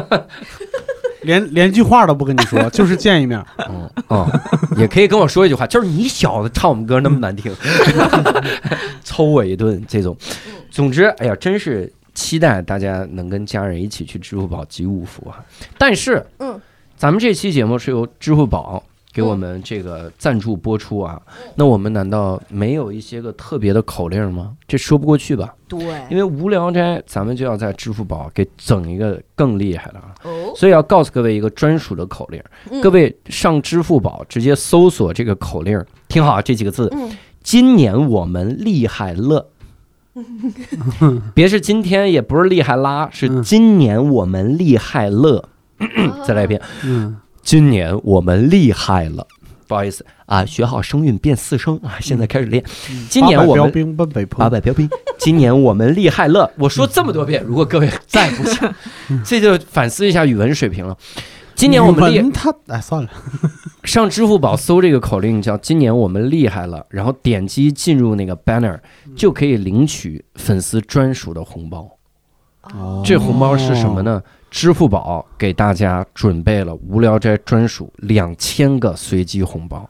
Speaker 3: 连句话都不跟你说，就是见一面。
Speaker 1: 也可以跟我说一句话，就是你小子唱我们歌那么难听，抽我一顿这种。总之，哎呀，真是。期待大家能跟家人一起去支付宝集五福啊！但是，咱们这期节目是由支付宝给我们这个赞助播出啊，那我们难道没有一些个特别的口令吗？这说不过去吧？
Speaker 4: 对，
Speaker 1: 因为无聊斋咱们就要在支付宝给整一个更厉害的啊，所以要告诉各位一个专属的口令，各位上支付宝直接搜索这个口令，听好这几个字：今年我们厉害了。别是今天，也不是厉害啦，是今年我们厉害了。再来一遍，今年我们厉害了。不好意思啊，学好声韵变4声啊，现在开始练。今年我们
Speaker 3: 800标兵奔北坡
Speaker 1: ，800标兵。今年我们厉害了。我说这么多遍，如果各位再不想，这就反思一下语文水平了。今年我们
Speaker 3: 算了，
Speaker 1: 上支付宝搜这个口令叫今年我们厉害了，然后点击进入那个 banner 就可以领取粉丝专属的红包。这红包是什么呢？支付宝给大家准备了无聊斋专属2000个随机红包。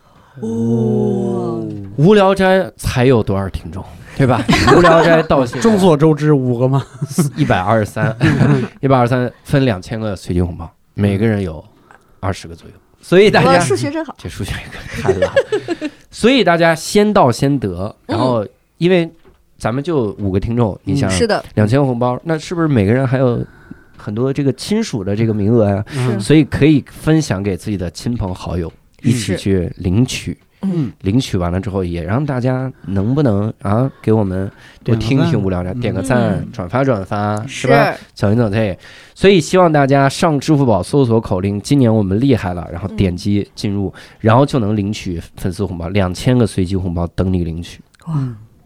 Speaker 1: 无聊斋才有多少听众，对吧？无聊斋到现在
Speaker 3: 众所周知5个吗
Speaker 1: ？123分2000个随机红包。每个人有20个左右，所以大家
Speaker 4: 数学真好，
Speaker 1: 这数学太烂。所以大家先到先得，然后因为咱们就5个听众，你想
Speaker 4: 是的
Speaker 1: ，2000个红包，那是不是每个人还有很多这个亲属的这个名额呀？所以可以分享给自己的亲朋好友，一起去领取。领取完了之后，也让大家能不能给我们多听听无聊斋，点个赞，转发是吧？整一整这，所以希望大家上支付宝搜索口令，今年我们厉害了，然后点击进入，然后就能领取粉丝红包，2000个随机红包等你领取。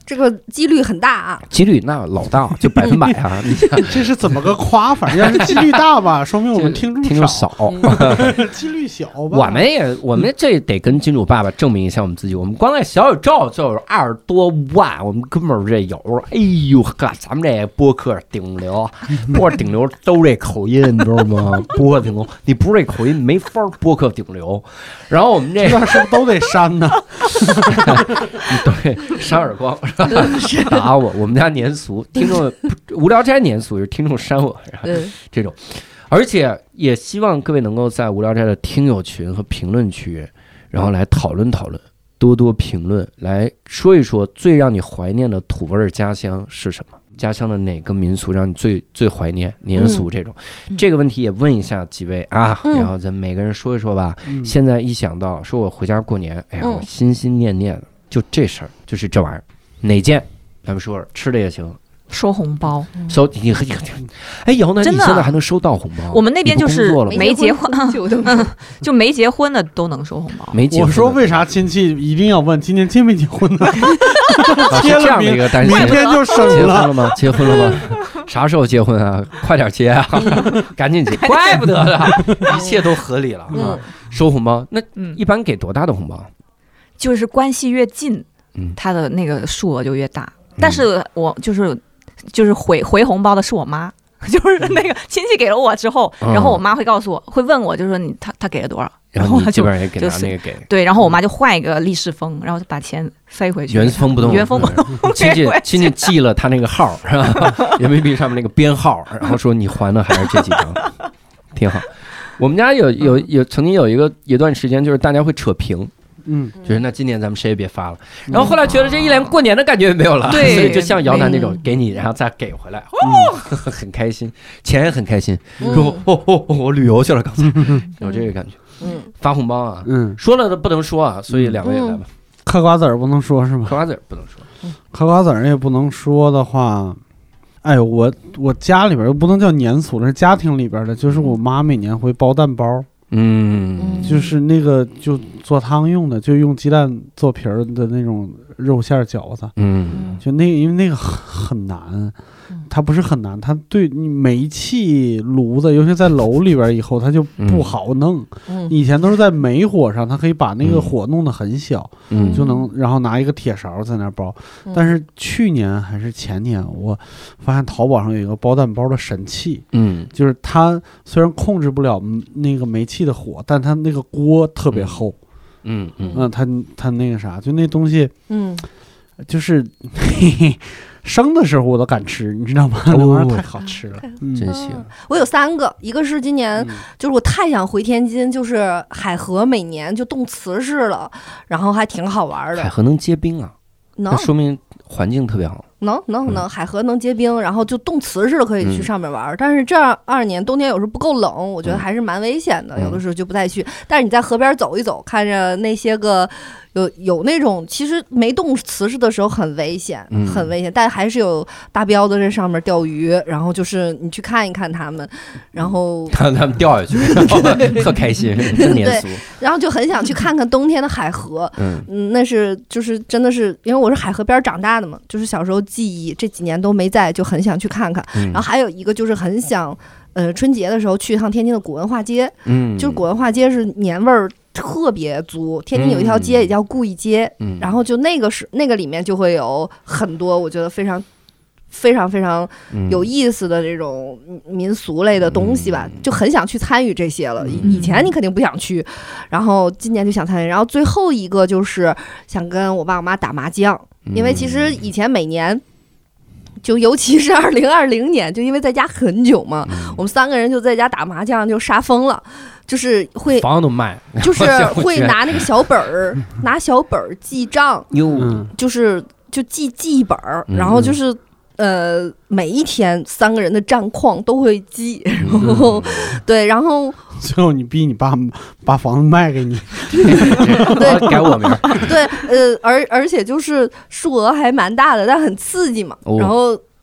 Speaker 4: 这个几率很大啊，
Speaker 1: 几率那老大，就100%啊！你
Speaker 3: 这是怎么个夸法？要是几率大吧，说明我们听众
Speaker 1: 少，
Speaker 3: 几率小吧。
Speaker 1: 我们这得跟金主爸爸证明一下我们自己。我们光在小宇宙就有20多万，我们根本这有。哎呦呵，咱们这播客顶流，播客顶流都这口音，你知道吗？播客顶流，你不是这口音没法播客顶流。然后我们这
Speaker 3: 是不是都得删呢？
Speaker 1: 对，扇耳光。打我们家年俗，听众无聊斋年俗是听众扇我，这种，而且也希望各位能够在无聊斋的听友群和评论区，然后来讨论讨论，多多评论，来说一说最让你怀念的土味家乡是什么？家乡的哪个民俗让你最怀念？年俗这种，这个问题也问一下几位啊，然后咱每个人说一说吧。现在一想到说我回家过年，哎呀，我心心念念的就这事儿，就是这玩意儿。哪件？咱们说吃的也行。
Speaker 5: 收红包，
Speaker 1: 收你哎，姚楠，你现在还能收到红包？
Speaker 5: 我们那边就是没结婚，就没结婚的都能收红包。
Speaker 1: 没结婚，
Speaker 3: 我说为啥亲戚一定要问今年结没结婚呢？
Speaker 1: 结了明
Speaker 3: 天就生
Speaker 1: 结婚了吗？结婚了吗？啥时候结婚啊？快点结啊！赶紧结！怪不得了，一切都合理了。收红包，那一般给多大的红包？
Speaker 5: 就是关系越近，他的那个数额就越大。但是我就是回红包的是我妈，就是那个亲戚给了我之后，然后我妈会告诉我，会问我，就是说他给了多少，
Speaker 1: 然后基本上也给他那个给，
Speaker 5: 对，然后我妈就换一个立式封，然后就把钱塞回去，
Speaker 1: 原封不动，亲戚记了他那个号是吧？人民币上面那个编号，然后说你还的还是这几张，挺好。我们家有曾经有一段时间，就是大家会扯平。就是那今年咱们谁也别发了，然后后来觉得这一连过年的感觉也没有了，所以就像姚楠那种给你，然后再给回来，很开心，钱也很开心，说我旅游去了，刚才有这个感觉。发红包啊，说了都不能说啊，所以两位来吧。
Speaker 3: 嗑瓜子儿不能说是吗？
Speaker 1: 嗑瓜子儿不能说，
Speaker 3: 嗑瓜子儿也不能说的话，哎，我家里边又不能叫年俗了，是家庭里边的，就是我妈每年会包蛋包。就是那个就做汤用的，就用鸡蛋做皮儿的那种肉馅饺子。就那因为那个很难，它不是很难，它对你煤气炉子，尤其在楼里边以后，它就不好弄。以前都是在煤火上，它可以把那个火弄得很小，就能然后拿一个铁勺在那包。但是去年还是前年，我发现淘宝上有一个包蛋包的神器，就是它虽然控制不了那个煤气的火，但它那个锅特别厚。它那个啥，就那东西，就是生的时候我都敢吃，你知道吗？那玩意儿太好吃了，
Speaker 1: 真行。
Speaker 4: 我有3个，一个是今年就是我太想回天津，就是海河每年就冻瓷实了，然后还挺好玩的。
Speaker 1: 海河能结冰啊？
Speaker 4: 能，
Speaker 1: 说明环境特别好。
Speaker 4: 能，海河能结冰，然后就冻瓷实了，可以去上面玩。但是这2年冬天有时候不够冷，我觉得还是蛮危险的，有的时候就不再去。但是你在河边走一走，看着那些个有那种其实没冻瓷实的时候很危险，很危险，但还是有大彪子在上面钓鱼，然后就是你去看一看他们，然后
Speaker 1: 看他们掉下去，特开心，真年俗。
Speaker 4: 然后就很想去看看冬天的海河，那是就是真的是因为我是海河边长大的嘛，就是小时候记忆这几年都没在，就很想去看看。然后还有一个就是很想，春节的时候去一趟天津的古文化街，就是古文化街是年味儿特别足。天津有一条街也叫顾义街，然后就那个里面就会有很多我觉得非常非常非常有意思的这种民俗类的东西吧，就很想去参与这些了。以前你肯定不想去，然后今年就想参与。然后最后一个就是想跟我爸我妈打麻将，因为其实以前每年。就尤其是2020年，就因为在家很久嘛，我们3个人就在家打麻将就杀疯了，就是会
Speaker 1: 房都卖，
Speaker 4: 就是会拿那个小本儿，拿小本儿记账，就记一本儿，然后就是每一天3个人的战况都会记，然后对，然后
Speaker 3: 最后你逼你爸把房子卖给你，
Speaker 4: 对，
Speaker 1: 改我名，
Speaker 4: 对，而且就是数额还蛮大的，但很刺激嘛。然后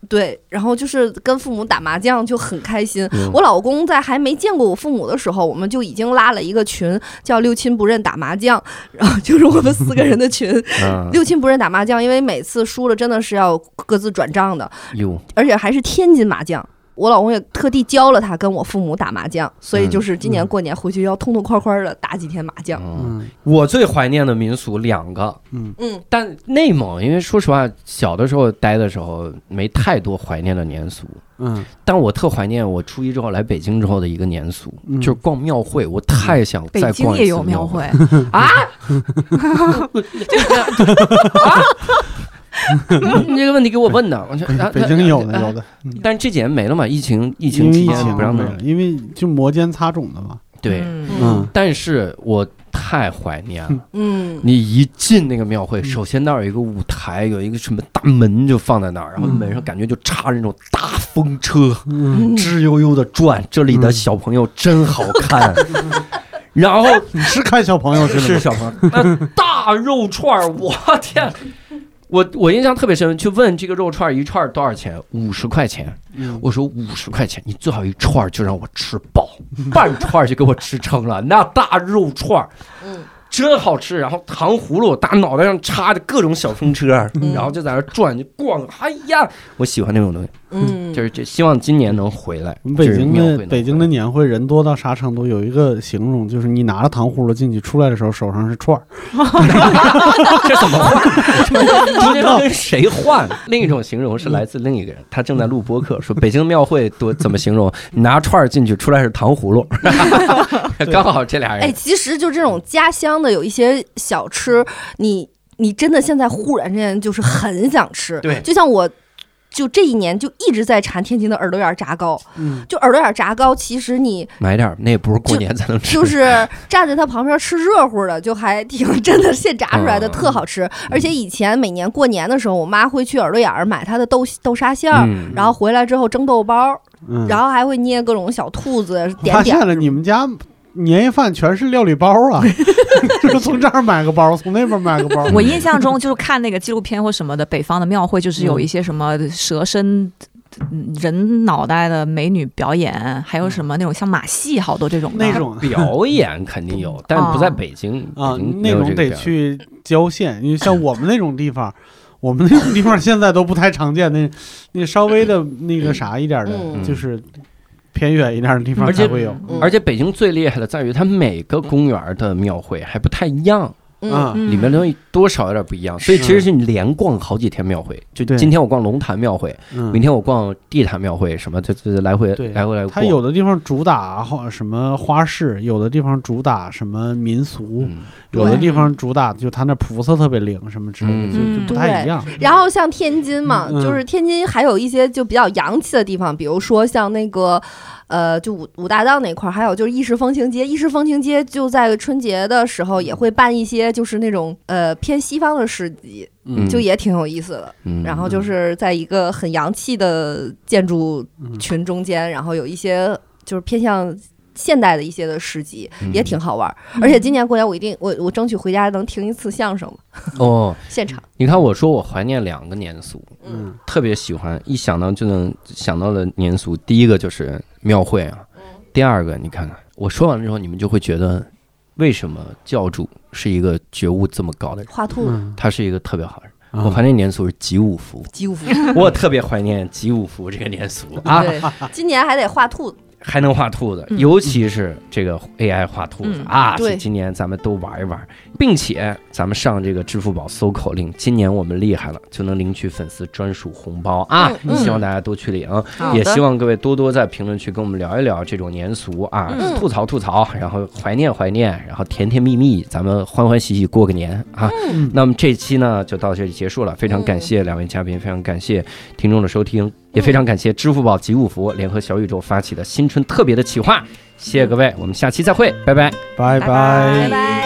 Speaker 4: 对，然后就是跟父母打麻将就很开心。我老公在还没见过我父母的时候，我们就已经拉了一个群，叫六亲不认打麻将，然后就是我们4个人的群，六亲不认打麻将，因为每次输了真的是要各自转账的，而且还是天津麻将。我老公也特地教了他跟我父母打麻将，所以就是今年过年回去要痛痛快快的打几天麻将。
Speaker 1: 我最怀念的民俗2个，但内蒙因为说实话小的时候待的时候没太多怀念的年俗，但我特怀念我初一之后来北京之后的一个年俗，就是逛庙会，我太想再逛一次。
Speaker 5: 北京也有庙会
Speaker 1: 啊？你这个问题给我问的，
Speaker 3: 北京有的，
Speaker 1: 但是这几年没了嘛，疫情期间不让
Speaker 3: 没了，因为就摩肩擦踵的嘛。
Speaker 1: 对，但是我太怀念了。你一进那个庙会，首先那儿有一个舞台，有一个什么大门就放在那儿，然后门上感觉就插着那种大风车，吱悠悠的转。这里的小朋友真好看。然后
Speaker 3: 你是看小朋友去了吗？
Speaker 1: 是小朋友，那大肉串，我天！我印象特别深，去问这个肉串一串多少钱？50块钱。我说50块钱，你最好一串就让我吃饱，半串就给我吃撑了。那大肉串，真好吃。然后糖葫芦大脑袋上插着各种小风车，然后就在那转就逛。哎呀，我喜欢那种东西。就是这，希望今年能回来。
Speaker 3: 北京的年会人多到啥程度？有一个形容，就是你拿了糖葫芦进去，出来的时候手上是串儿。
Speaker 1: 这怎么换？中间跟谁换？另一种形容是来自另一个人，他正在录播客，说北京庙会多怎么形容？你拿串儿进去，出来是糖葫芦。刚好这俩人。
Speaker 4: 哎，其实就这种家乡的有一些小吃，你真的现在忽然之间就是很想吃。
Speaker 1: 对，
Speaker 4: 就像我。就这一年就一直在馋天津的耳朵眼炸糕，就耳朵眼炸糕，其实你
Speaker 1: 买点，那也不是过年才能吃，
Speaker 4: 就是站在它旁边吃热乎的，就还挺真的现炸出来的，特好吃。而且以前每年过年的时候，我妈会去耳朵眼买她的豆沙馅儿，然后回来之后蒸豆包，然后还会捏各种小兔子点点。
Speaker 3: 发现了你们家年夜饭全是料理包啊，就是从这儿买个包，从那边买个包。
Speaker 5: 我印象中就是看那个纪录片或什么的，北方的庙会就是有一些什么蛇身人脑袋的美女表演，还有什么那种像马戏，好多这种
Speaker 3: 那种
Speaker 1: 表演肯定有，但不在北京
Speaker 3: 啊，那种得去郊县，因为像我们那种地方。我们那种地方现在都不太常见，那稍微的那个啥一点的，就是偏远一点的地方才会有。
Speaker 1: 而且北京最厉害的在于，它每个公园的庙会还不太一样。里面东西多少有点不一样，所以其实是你连逛好几天庙会。就今天我逛龙潭庙会，明天我逛地坛庙会，什么就来回逛。
Speaker 3: 它有的地方主打什么花市，有的地方主打什么民俗，有的地方主打就它那菩萨特别灵什么之类的，就不太一样。
Speaker 4: 然后像天津嘛，就是天津还有一些就比较洋气的地方，比如说像那个。就五大道那块儿，还有就是意式风情街。意式风情街就在春节的时候也会办一些，就是那种偏西方的市集，就也挺有意思的。然后就是在一个很洋气的建筑群中间，然后有一些就是偏向现代的一些的市集，也挺好玩。而且今年过年我争取回家能听一次相声
Speaker 1: 哦，
Speaker 4: 现场。
Speaker 1: 你看我说我怀念2个年俗，特别喜欢，一想到就能想到的年俗，第一个就是庙会啊，第二个你看看我说完了之后，你们就会觉得为什么教主是一个觉悟这么高的人，
Speaker 4: 画兔子，
Speaker 1: 他是一个特别好的人。我怀念年俗是集五福，我特别怀念集五福这个年俗啊。
Speaker 4: 对，今年还得画兔子。
Speaker 1: 还能画兔子，尤其是这个 AI 画兔子啊！今年咱们都玩一玩，并且咱们上这个支付宝搜口令，今年我们厉害了，就能领取粉丝专属红包啊！希望大家多去领，也希望各位多多在评论区跟我们聊一聊这种年俗啊，吐槽，然后怀念，然后甜甜蜜蜜，咱们欢欢喜喜过个年啊！那么这期呢就到这里结束了，非常感谢2位嘉宾，非常感谢听众的收听。也非常感谢支付宝集五福联合小宇宙发起的新春特别的企划，谢谢各位，我们下期再会，拜拜，
Speaker 3: 拜拜。